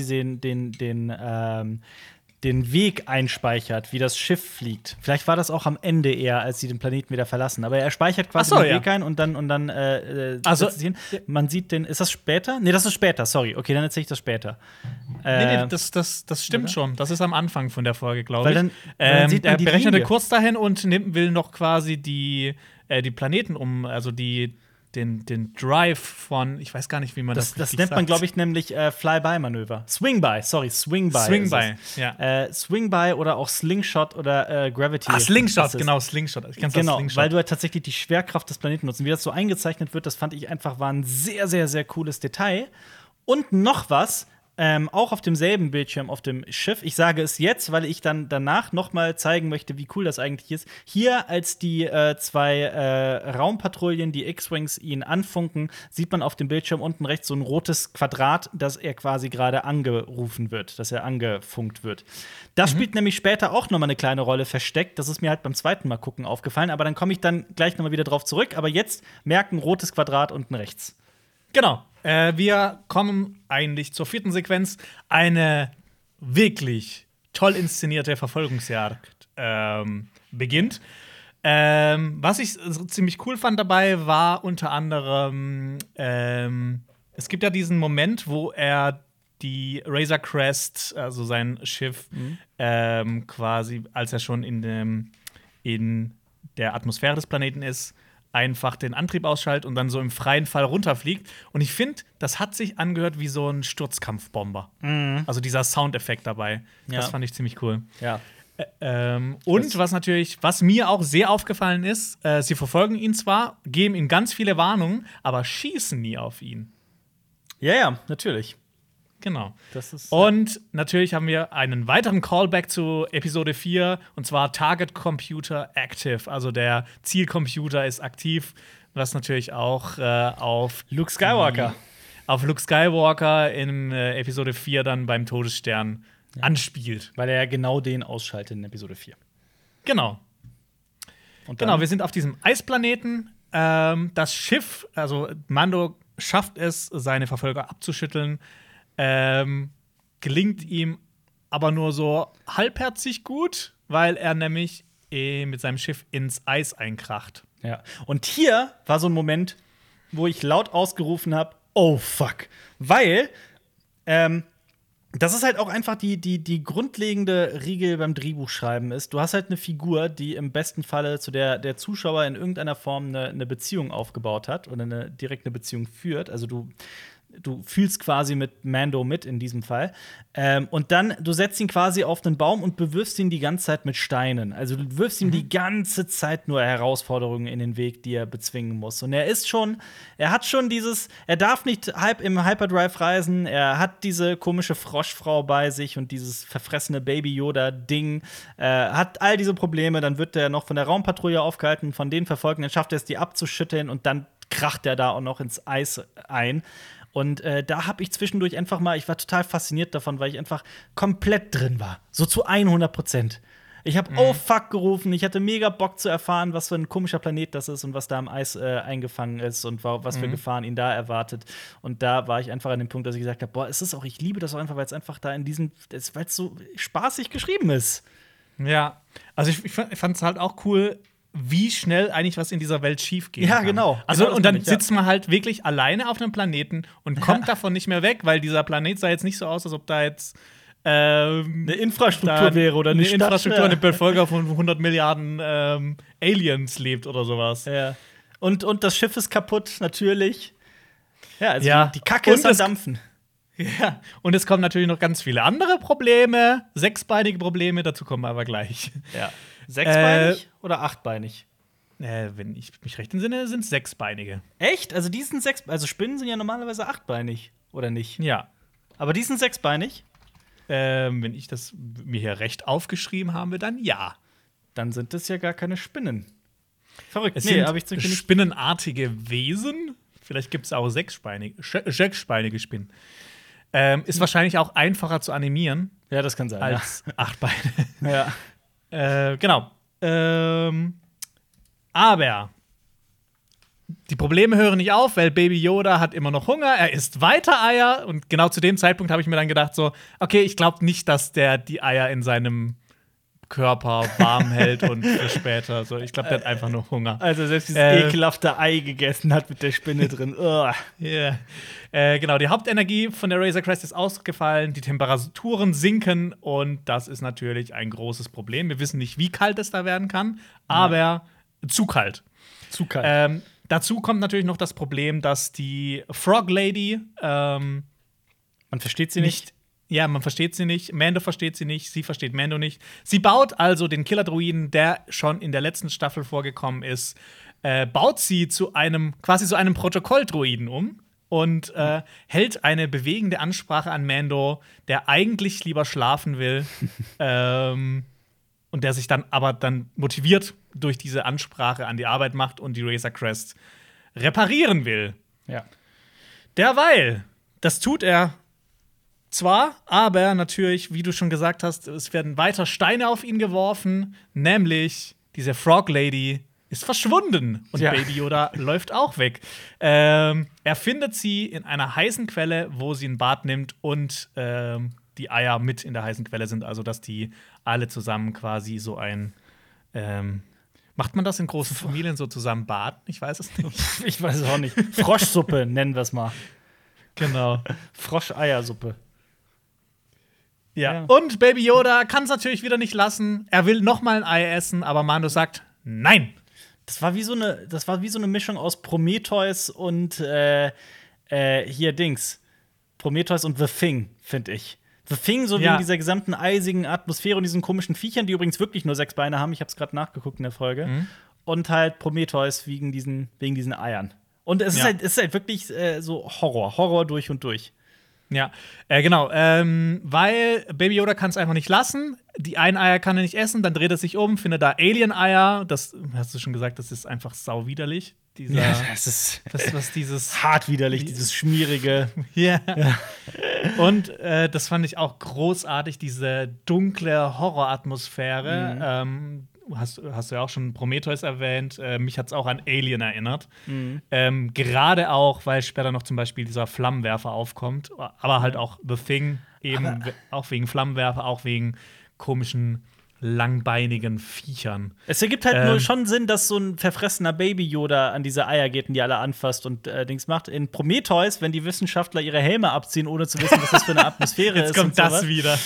den Weg einspeichert, wie das Schiff fliegt. Vielleicht war das auch am Ende eher, als sie den Planeten wieder verlassen. Aber er speichert quasi den Weg ein und dann Also, setzt sich hin. Man sieht den. Ist das später? Nee, das ist später, sorry. Okay, dann erzähle ich das später. Nee, das stimmt schon. Das ist am Anfang von der Folge, glaube ich. Weil dann sieht man er die berechnet Linie. Kurs dahin und will noch quasi die Planeten also den Drive von, ich weiß gar nicht, wie man das Das nennt man, glaube ich, nämlich Fly-by-Manöver. Swing-by, sorry, Swing-by. Swing-by, ja. Swing-by oder auch Slingshot oder Gravity. Slingshot, Assist. genau, Slingshot. Ich kenn's als Genau, Slingshot. weil du halt tatsächlich die Schwerkraft des Planeten nutzt. Und wie das so eingezeichnet wird, das fand ich einfach war ein sehr, sehr, sehr cooles Detail. Und noch was, auch auf demselben Bildschirm auf dem Schiff. Ich sage es jetzt, weil ich dann danach noch mal zeigen möchte, wie cool das eigentlich ist. Hier, als die 2 Raumpatrouillen, die X-Wings, ihn anfunken, sieht man auf dem Bildschirm unten rechts so ein rotes Quadrat, dass er quasi gerade angerufen wird, dass er angefunkt wird. Das spielt nämlich später auch noch mal eine kleine Rolle versteckt. Das ist mir halt beim zweiten Mal gucken aufgefallen. Aber dann komme ich dann gleich noch mal wieder drauf zurück. Aber jetzt merken rotes Quadrat unten rechts. Genau. Wir kommen eigentlich zur 4. Sequenz. Eine wirklich toll inszenierte Verfolgungsjagd beginnt. Was ich ziemlich cool fand dabei, war unter anderem, es gibt ja diesen Moment, wo er die Razor Crest, also sein Schiff, quasi, als er schon in der Atmosphäre des Planeten ist, einfach den Antrieb ausschaltet und dann so im freien Fall runterfliegt. Und ich finde, das hat sich angehört wie so ein Sturzkampfbomber. Also dieser Soundeffekt dabei. Ja. Das fand ich ziemlich cool. Ja. Und was mir auch sehr aufgefallen ist, sie verfolgen ihn zwar, geben ihm ganz viele Warnungen, aber schießen nie auf ihn. Ja, natürlich. Genau. Das ist Und natürlich haben wir einen weiteren Callback zu Episode 4, und zwar Target Computer Active. Also der Zielcomputer ist aktiv, was natürlich auch auf Luke Skywalker. Auf Luke Skywalker in Episode 4 dann beim Todesstern anspielt. Weil er ja genau den ausschaltet in Episode 4. Genau. Und dann, Genau, wir sind auf diesem Eisplaneten. Das Schiff, also Mando schafft es, seine Verfolger abzuschütteln. Gelingt ihm aber nur so halbherzig gut, weil er nämlich mit seinem Schiff ins Eis einkracht. Ja. Und hier war so ein Moment, wo ich laut ausgerufen habe: Oh fuck. Weil das ist halt auch einfach die grundlegende Regel beim Drehbuchschreiben ist. Du hast halt eine Figur, die im besten Falle zu der Zuschauer in irgendeiner Form eine Beziehung aufgebaut hat oder direkt eine Beziehung führt. Also du fühlst quasi mit Mando mit in diesem Fall. Und dann, du setzt ihn quasi auf einen Baum und bewirfst ihn die ganze Zeit mit Steinen. Also du wirfst ihm die ganze Zeit nur Herausforderungen in den Weg, die er bezwingen muss. Und er hat schon er darf nicht im Hyperdrive reisen, er hat diese komische Froschfrau bei sich und dieses verfressene Baby-Yoda-Ding, hat all diese Probleme, dann wird er noch von der Raumpatrouille aufgehalten, von denen verfolgt, dann schafft er es, die abzuschütteln und dann kracht er da auch noch ins Eis ein. Und da habe ich zwischendurch einfach mal, ich war total fasziniert davon, weil ich einfach komplett drin war. So zu 100%. Ich habe Oh fuck gerufen, ich hatte mega Bock zu erfahren, was für ein komischer Planet das ist und was da im Eis eingefangen ist und was für Gefahren ihn da erwartet. Und da war ich einfach an dem Punkt, dass ich gesagt habe: Boah, ich liebe das auch einfach, weil es einfach da weil es so spaßig geschrieben ist. Ja, also ich fand es halt auch cool, wie schnell eigentlich was in dieser Welt schief geht. Ja, genau. Also, Genau, und dann das meine ich, sitzt man halt wirklich alleine auf einem Planeten und kommt davon nicht mehr weg, weil dieser Planet sah jetzt nicht so aus, als ob da jetzt eine Infrastruktur wäre oder eine Stadt Infrastruktur, wäre. eine Bevölkerung von 100 Milliarden Aliens lebt oder sowas. Ja. Und das Schiff ist kaputt, natürlich. Ja, also Ja. die Kacke Und ist am es- Dampfen. Ja, und es kommen natürlich noch ganz viele andere Probleme, sechsbeinige Probleme, dazu kommen wir aber gleich. Ja. Sechsbeinig oder achtbeinig? Wenn ich mich recht entsinne, sind es sechsbeinige. Echt? Also die sind also Spinnen sind ja normalerweise achtbeinig, oder nicht? Ja. Aber die sind sechsbeinig? Wenn ich das mir hier recht aufgeschrieben habe, dann ja. Dann sind das ja gar keine Spinnen. Verrückt. Es sind habe ich zum Beispiel nicht. spinnenartige Wesen. Vielleicht gibt es auch sechsbeinige Spinnen. Ist wahrscheinlich auch einfacher zu animieren Ja, das kann sein. als acht Beine. Ja. Genau. Aber die Probleme hören nicht auf, weil Baby Yoda hat immer noch Hunger, er isst weiter Eier und genau zu dem Zeitpunkt habe ich mir dann gedacht so, okay, ich glaube nicht, dass der die Eier in seinem Körper warm hält und für später so. Ich glaube, der hat einfach nur Hunger. Also selbst dieses ekelhafte Ei gegessen hat mit der Spinne drin. Ugh. Yeah. Genau, die Hauptenergie von der Razor Crest ist ausgefallen, die Temperaturen sinken und das ist natürlich ein großes Problem. Wir wissen nicht, wie kalt es da werden kann, aber zu kalt. Zu kalt. Dazu kommt natürlich noch das Problem, dass die Frog Lady Man versteht sie nicht. ja, man versteht sie nicht, Mando versteht sie nicht, sie versteht Mando nicht. Sie baut also den Killer-Druiden, der schon in der letzten Staffel vorgekommen ist, baut sie zu einem Protokoll-Druiden um und hält eine bewegende Ansprache an Mando, der eigentlich lieber schlafen will und der sich dann aber motiviert durch diese Ansprache an die Arbeit macht und die Razor Crest reparieren will. Ja. Derweil, das tut er zwar, aber natürlich, wie du schon gesagt hast, es werden weiter Steine auf ihn geworfen, nämlich diese Frog Lady ist verschwunden und Ja. Baby Yoda läuft auch weg. Er findet sie in einer heißen Quelle, wo sie ein Bad nimmt und die Eier mit in der heißen Quelle sind, also dass die alle zusammen quasi so ein macht man das in großen Familien so zusammen baden? Ich weiß es nicht. Ich weiß es auch nicht. Froschsuppe nennen wir es mal. Genau. Froscheiersuppe. Ja. Und Baby Yoda kann es natürlich wieder nicht lassen. Er will noch mal ein Ei essen, aber Mando sagt nein. Das war wie so eine Mischung aus Prometheus und hier Dings. Prometheus und The Thing, finde ich. The Thing, so Ja. wegen dieser gesamten eisigen Atmosphäre und diesen komischen Viechern, die übrigens wirklich nur 6 Beine haben. Ich habe es gerade nachgeguckt in der Folge. Und halt Prometheus wegen diesen Eiern. Und es Ja. ist halt wirklich so Horror durch und durch. Ja, genau. Weil Baby Yoda kann es einfach nicht lassen. Die einen Eier kann er nicht essen, dann dreht er sich um, findet da Alien-Eier. Das hast du schon gesagt, das ist einfach sauwiderlich. das ist Was dieses hart widerlich, dieses schmierige. Ja. Und das fand ich auch großartig, diese dunkle Horroratmosphäre. Hast du ja auch schon Prometheus erwähnt. Mich hat es auch an Alien erinnert. Gerade auch, weil später noch zum Beispiel dieser Flammenwerfer aufkommt. Aber halt auch The Thing, eben auch wegen Flammenwerfer, auch wegen komischen langbeinigen Viechern. Es ergibt halt nur schon Sinn, dass so ein verfressener Baby-Yoda an diese Eier geht und die alle anfasst und Dings macht. In Prometheus, wenn die Wissenschaftler ihre Helme abziehen, ohne zu wissen, was das für eine Atmosphäre ist. Jetzt kommt und das sowas. wieder.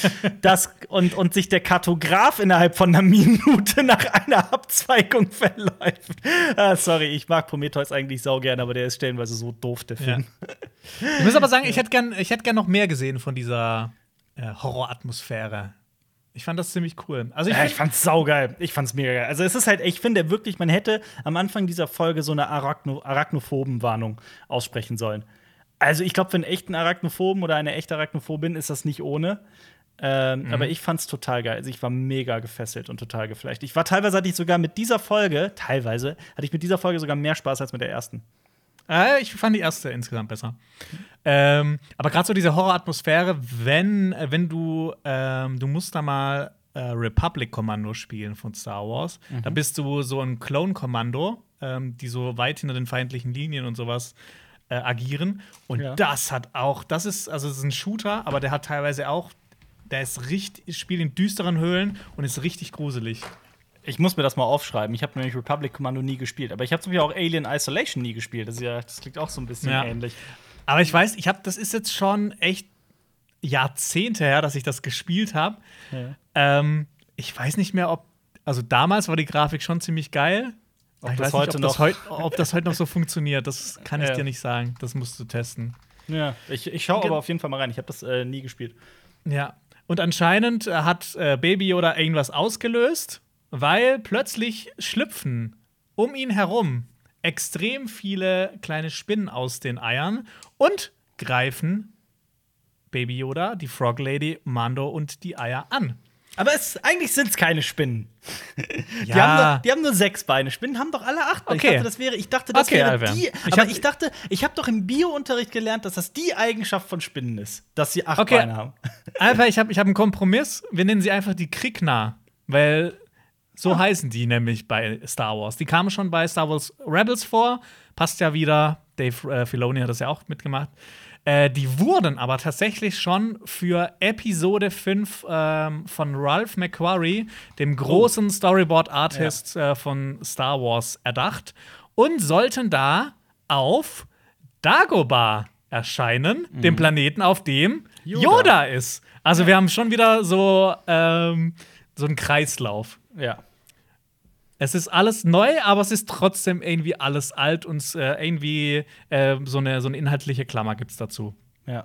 Und sich der Kartograf innerhalb von einer Minute nach einer Abzweigung verläuft. Sorry, ich mag Prometheus eigentlich saugern, aber der ist stellenweise so doof, der Film. Ich muss aber sagen, ich hätte gern noch mehr gesehen von dieser Horroratmosphäre. Ich fand das ziemlich cool. Also Ich fand's saugeil. Ich fand's mega geil. Also es ist halt, ich finde wirklich, man hätte am Anfang dieser Folge so eine Arachnophoben-Warnung aussprechen sollen. Also ich glaube, für einen echten Arachnophoben oder eine echte Arachnophobin ist das nicht ohne. Aber ich fand's total geil. Also ich war mega gefesselt und total geflasht. Teilweise hatte ich mit dieser Folge sogar mehr Spaß als mit der ersten. Ich fand die erste insgesamt besser. Aber gerade so diese Horroratmosphäre, wenn du musst da mal Republic-Kommando spielen von Star Wars. Da bist du so ein Clone-Kommando, die so weit hinter den feindlichen Linien und sowas agieren. Und das ist ein Shooter, aber der hat teilweise auch, spielt in düsteren Höhlen und ist richtig gruselig. Ich muss mir das mal aufschreiben. Ich habe nämlich Republic Commando nie gespielt. Aber ich habe zum Beispiel auch Alien Isolation nie gespielt. Das klingt auch so ein bisschen ähnlich. Aber ich weiß, das ist jetzt schon echt Jahrzehnte her, dass ich das gespielt habe. Ja. Ich weiß nicht mehr, also damals war die Grafik schon ziemlich geil. Ob das heute noch so funktioniert, das kann ich dir nicht sagen. Das musst du testen. Ja, ich schaue aber auf jeden Fall mal rein. Ich habe das nie gespielt. Ja. Und anscheinend hat Baby Yoda irgendwas ausgelöst, weil plötzlich schlüpfen um ihn herum extrem viele kleine Spinnen aus den Eiern und greifen Baby Yoda, die Frog Lady, Mando und die Eier an. Aber eigentlich sind es keine Spinnen. Ja. Die haben nur 6 Beine. Spinnen haben doch alle 8 Beine. Okay. Ich dachte, das wäre Alvin. die. Aber ich habe doch im Bio-Unterricht gelernt, dass das die Eigenschaft von Spinnen ist, dass sie 8 Beine haben. Alpha, ich hab einen Kompromiss. Wir nennen sie einfach die Krigna, weil so heißen die nämlich bei Star Wars. Die kamen schon bei Star Wars Rebels vor. Passt ja wieder. Dave Filoni hat das ja auch mitgemacht. Die wurden aber tatsächlich schon für Episode 5 von Ralph McQuarrie, dem großen Storyboard-Artist von Star Wars, erdacht und sollten da auf Dagobah erscheinen, dem Planeten, auf dem Yoda ist. Also wir haben schon wieder so einen Kreislauf. Ja. Es ist alles neu, aber es ist trotzdem irgendwie alles alt und irgendwie so eine inhaltliche Klammer gibt's dazu. Ja.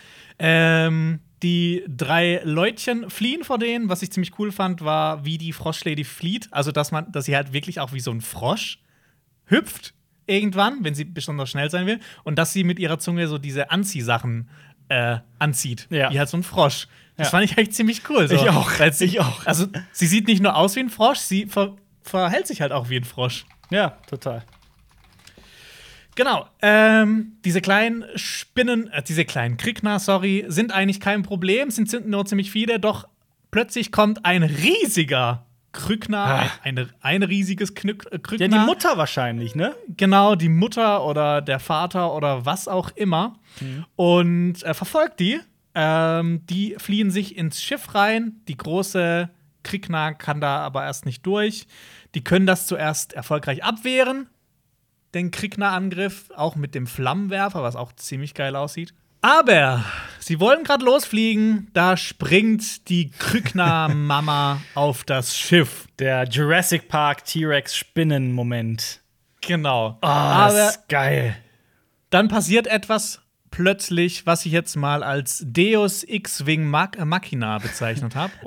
Die 3 Leutchen fliehen vor denen. Was ich ziemlich cool fand, war, wie die Froschlady flieht. Also, dass sie halt wirklich auch wie so ein Frosch hüpft irgendwann, wenn sie besonders schnell sein will. Und dass sie mit ihrer Zunge so diese Anziehsachen anzieht. Ja. Wie halt so ein Frosch. Das fand ich echt ziemlich cool. So. Ich auch. Also, sie sieht nicht nur aus wie ein Frosch, sie verhält sich halt auch wie ein Frosch. Ja, total. Genau. Diese kleinen Spinnen, diese kleinen Krigna, sind eigentlich kein Problem, sind nur ziemlich viele, doch plötzlich kommt ein riesiger Krygna, ein riesiges Krygna. Ja, die Mutter wahrscheinlich, ne? Genau, die Mutter oder der Vater oder was auch immer. Und verfolgt die. Die fliehen sich ins Schiff rein. Die große Krygna kann da aber erst nicht durch. Die können das zuerst erfolgreich abwehren, den Krygna-Angriff, auch mit dem Flammenwerfer, was auch ziemlich geil aussieht. Aber sie wollen gerade losfliegen, da springt die Krygna-Mama auf das Schiff. Der Jurassic Park T-Rex-Spinnen-Moment. Genau. Das ist geil. Dann passiert etwas plötzlich, was ich jetzt mal als Deus X-Wing Machina bezeichnet habe.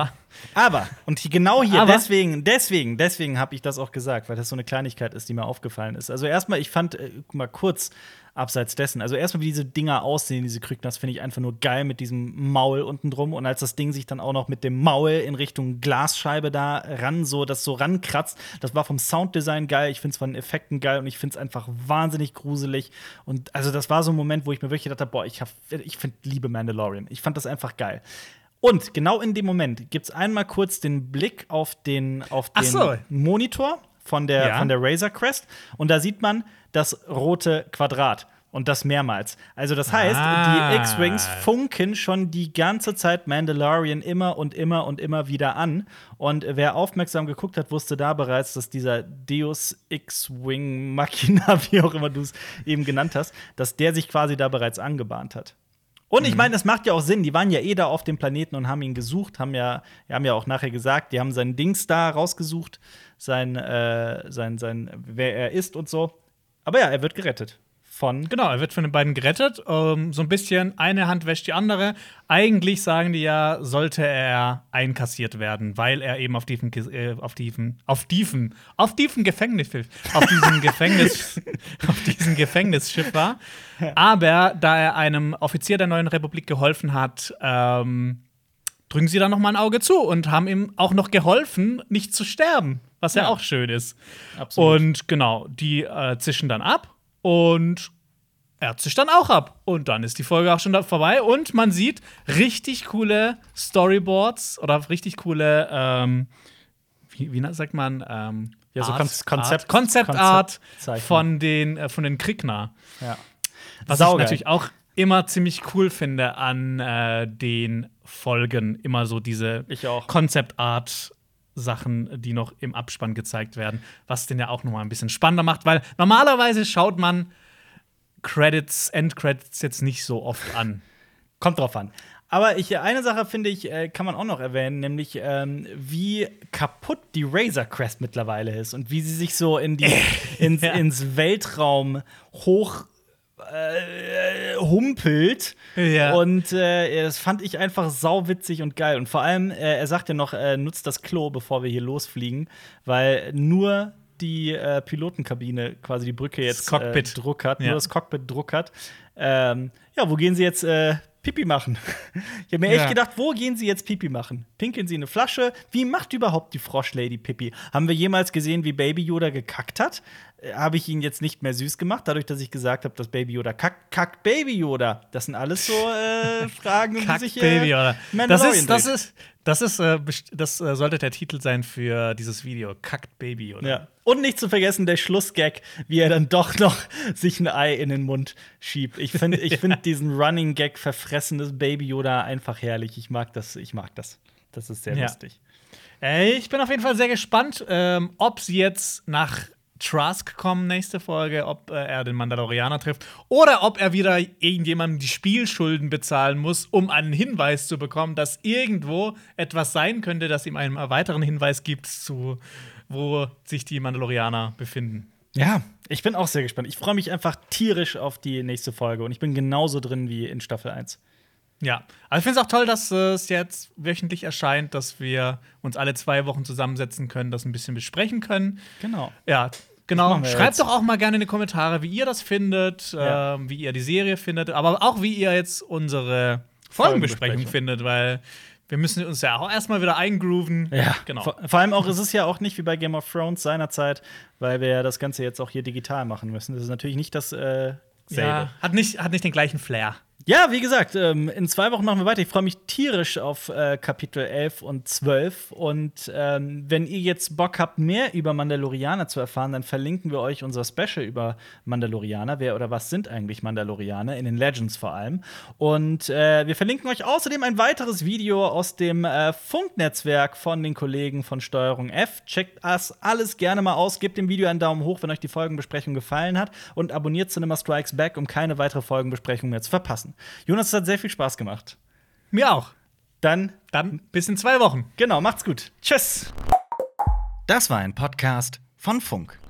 Deswegen habe ich das auch gesagt, weil das so eine Kleinigkeit ist, die mir aufgefallen ist. Also erstmal, ich fand mal kurz abseits dessen, also erstmal, wie diese Dinger aussehen, diese Krygnas, finde ich einfach nur geil mit diesem Maul unten drum. Und als das Ding sich dann auch noch mit dem Maul in Richtung Glasscheibe da das so rankratzt, das war vom Sounddesign geil. Ich finde es von den Effekten geil und ich finde es einfach wahnsinnig gruselig. Und also das war so ein Moment, wo ich mir wirklich gedacht habe, boah, ich liebe Mandalorian. Ich fand das einfach geil. Und genau in dem Moment gibt es einmal kurz den Blick auf den Monitor von der Razor Crest und da sieht man das rote Quadrat und das mehrmals. Also das heißt, die X-Wings funken schon die ganze Zeit Mandalorian immer und immer und immer wieder an. Und wer aufmerksam geguckt hat, wusste da bereits, dass dieser Deus X-Wing Machina, wie auch immer du es eben genannt hast, dass der sich quasi da bereits angebahnt hat. Und ich meine, das macht ja auch Sinn. Die waren ja da auf dem Planeten und haben ihn gesucht, haben ja auch nachher gesagt, die haben sein Dings da rausgesucht, wer er ist und so. Aber ja, er wird gerettet. Genau, er wird von den beiden gerettet. So ein bisschen, eine Hand wäscht die andere. Eigentlich sagen die ja, sollte er einkassiert werden, weil er eben auf diesem Gefängnisschiff war. Aber da er einem Offizier der Neuen Republik geholfen hat, drücken sie da noch mal ein Auge zu und haben ihm auch noch geholfen, nicht zu sterben, was ja auch schön ist. Absolut. Und genau, die zischen dann ab. Und er zischt dann auch ab. Und dann ist die Folge auch schon vorbei. Und man sieht richtig coole Storyboards oder richtig coole, wie sagt man? Konzeptart von den Krygna. Ja. Was ich natürlich auch immer ziemlich cool finde an den Folgen. Immer so diese Konzeptart Sachen, die noch im Abspann gezeigt werden, was den ja auch noch mal ein bisschen spannender macht, weil normalerweise schaut man Endcredits jetzt nicht so oft an. Kommt drauf an. Aber eine Sache, finde ich, kann man auch noch erwähnen, nämlich wie kaputt die Razor Crest mittlerweile ist und wie sie sich so ins Weltraum hoch humpelt. Ja. Und das fand ich einfach sauwitzig und geil. Und vor allem, er sagt ja noch, nutzt das Klo, bevor wir hier losfliegen, weil nur die Pilotenkabine, quasi die Brücke jetzt Druck hat, nur das Cockpit Druck hat. Wo gehen sie jetzt Pipi machen? Ich habe mir echt gedacht, wo gehen sie jetzt Pipi machen? Pinkeln sie in eine Flasche? Wie macht überhaupt die Froschlady Pipi? Haben wir jemals gesehen, wie Baby Yoda gekackt hat? Habe ich ihn jetzt nicht mehr süß gemacht, dadurch, dass ich gesagt habe, dass Baby Yoda kackt Baby Yoda. Das sind alles so Fragen, die sich Baby Yoda. Das sollte der Titel sein für dieses Video. Kackt Baby Yoda. Ja. Und nicht zu vergessen der Schlussgag, wie er dann doch noch sich ein Ei in den Mund schiebt. Ich find diesen Running Gag verfressenes Baby Yoda einfach herrlich. Ich mag das. Das ist sehr lustig. Ich bin auf jeden Fall sehr gespannt, ob sie jetzt nach Trask kommen nächste Folge, ob er den Mandalorianer trifft oder ob er wieder irgendjemandem die Spielschulden bezahlen muss, um einen Hinweis zu bekommen, dass irgendwo etwas sein könnte, das ihm einen weiteren Hinweis gibt, zu wo sich die Mandalorianer befinden. Ja, ich bin auch sehr gespannt. Ich freue mich einfach tierisch auf die nächste Folge und ich bin genauso drin wie in Staffel 1. Ja, also ich finde es auch toll, dass es jetzt wöchentlich erscheint, dass wir uns alle 2 Wochen zusammensetzen können, das ein bisschen besprechen können. Genau. Ja, genau. Schreibt doch auch mal gerne in die Kommentare, wie ihr das findet, wie ihr die Serie findet, aber auch wie ihr jetzt unsere Folgenbesprechung findet, weil wir müssen uns ja auch erstmal wieder eingrooven. Ja, genau. Vor allem auch, es ist ja auch nicht wie bei Game of Thrones seinerzeit, weil wir ja das Ganze jetzt auch hier digital machen müssen. Das ist natürlich nicht das selbe. Ja, hat nicht den gleichen Flair. Ja, wie gesagt, in 2 Wochen machen wir weiter. Ich freue mich tierisch auf Kapitel 11 und 12. Und wenn ihr jetzt Bock habt, mehr über Mandalorianer zu erfahren, dann verlinken wir euch unser Special über Mandalorianer. Wer oder was sind eigentlich Mandalorianer? In den Legends vor allem. Und wir verlinken euch außerdem ein weiteres Video aus dem Funknetzwerk von den Kollegen von Steuerung F. Checkt das alles gerne mal aus. Gebt dem Video einen Daumen hoch, wenn euch die Folgenbesprechung gefallen hat. Und abonniert Cinema Strikes Back, um keine weitere Folgenbesprechung mehr zu verpassen. Jonas, es hat sehr viel Spaß gemacht. Mir auch. Dann bis in 2 Wochen. Genau, macht's gut. Tschüss. Das war ein Podcast von Funk.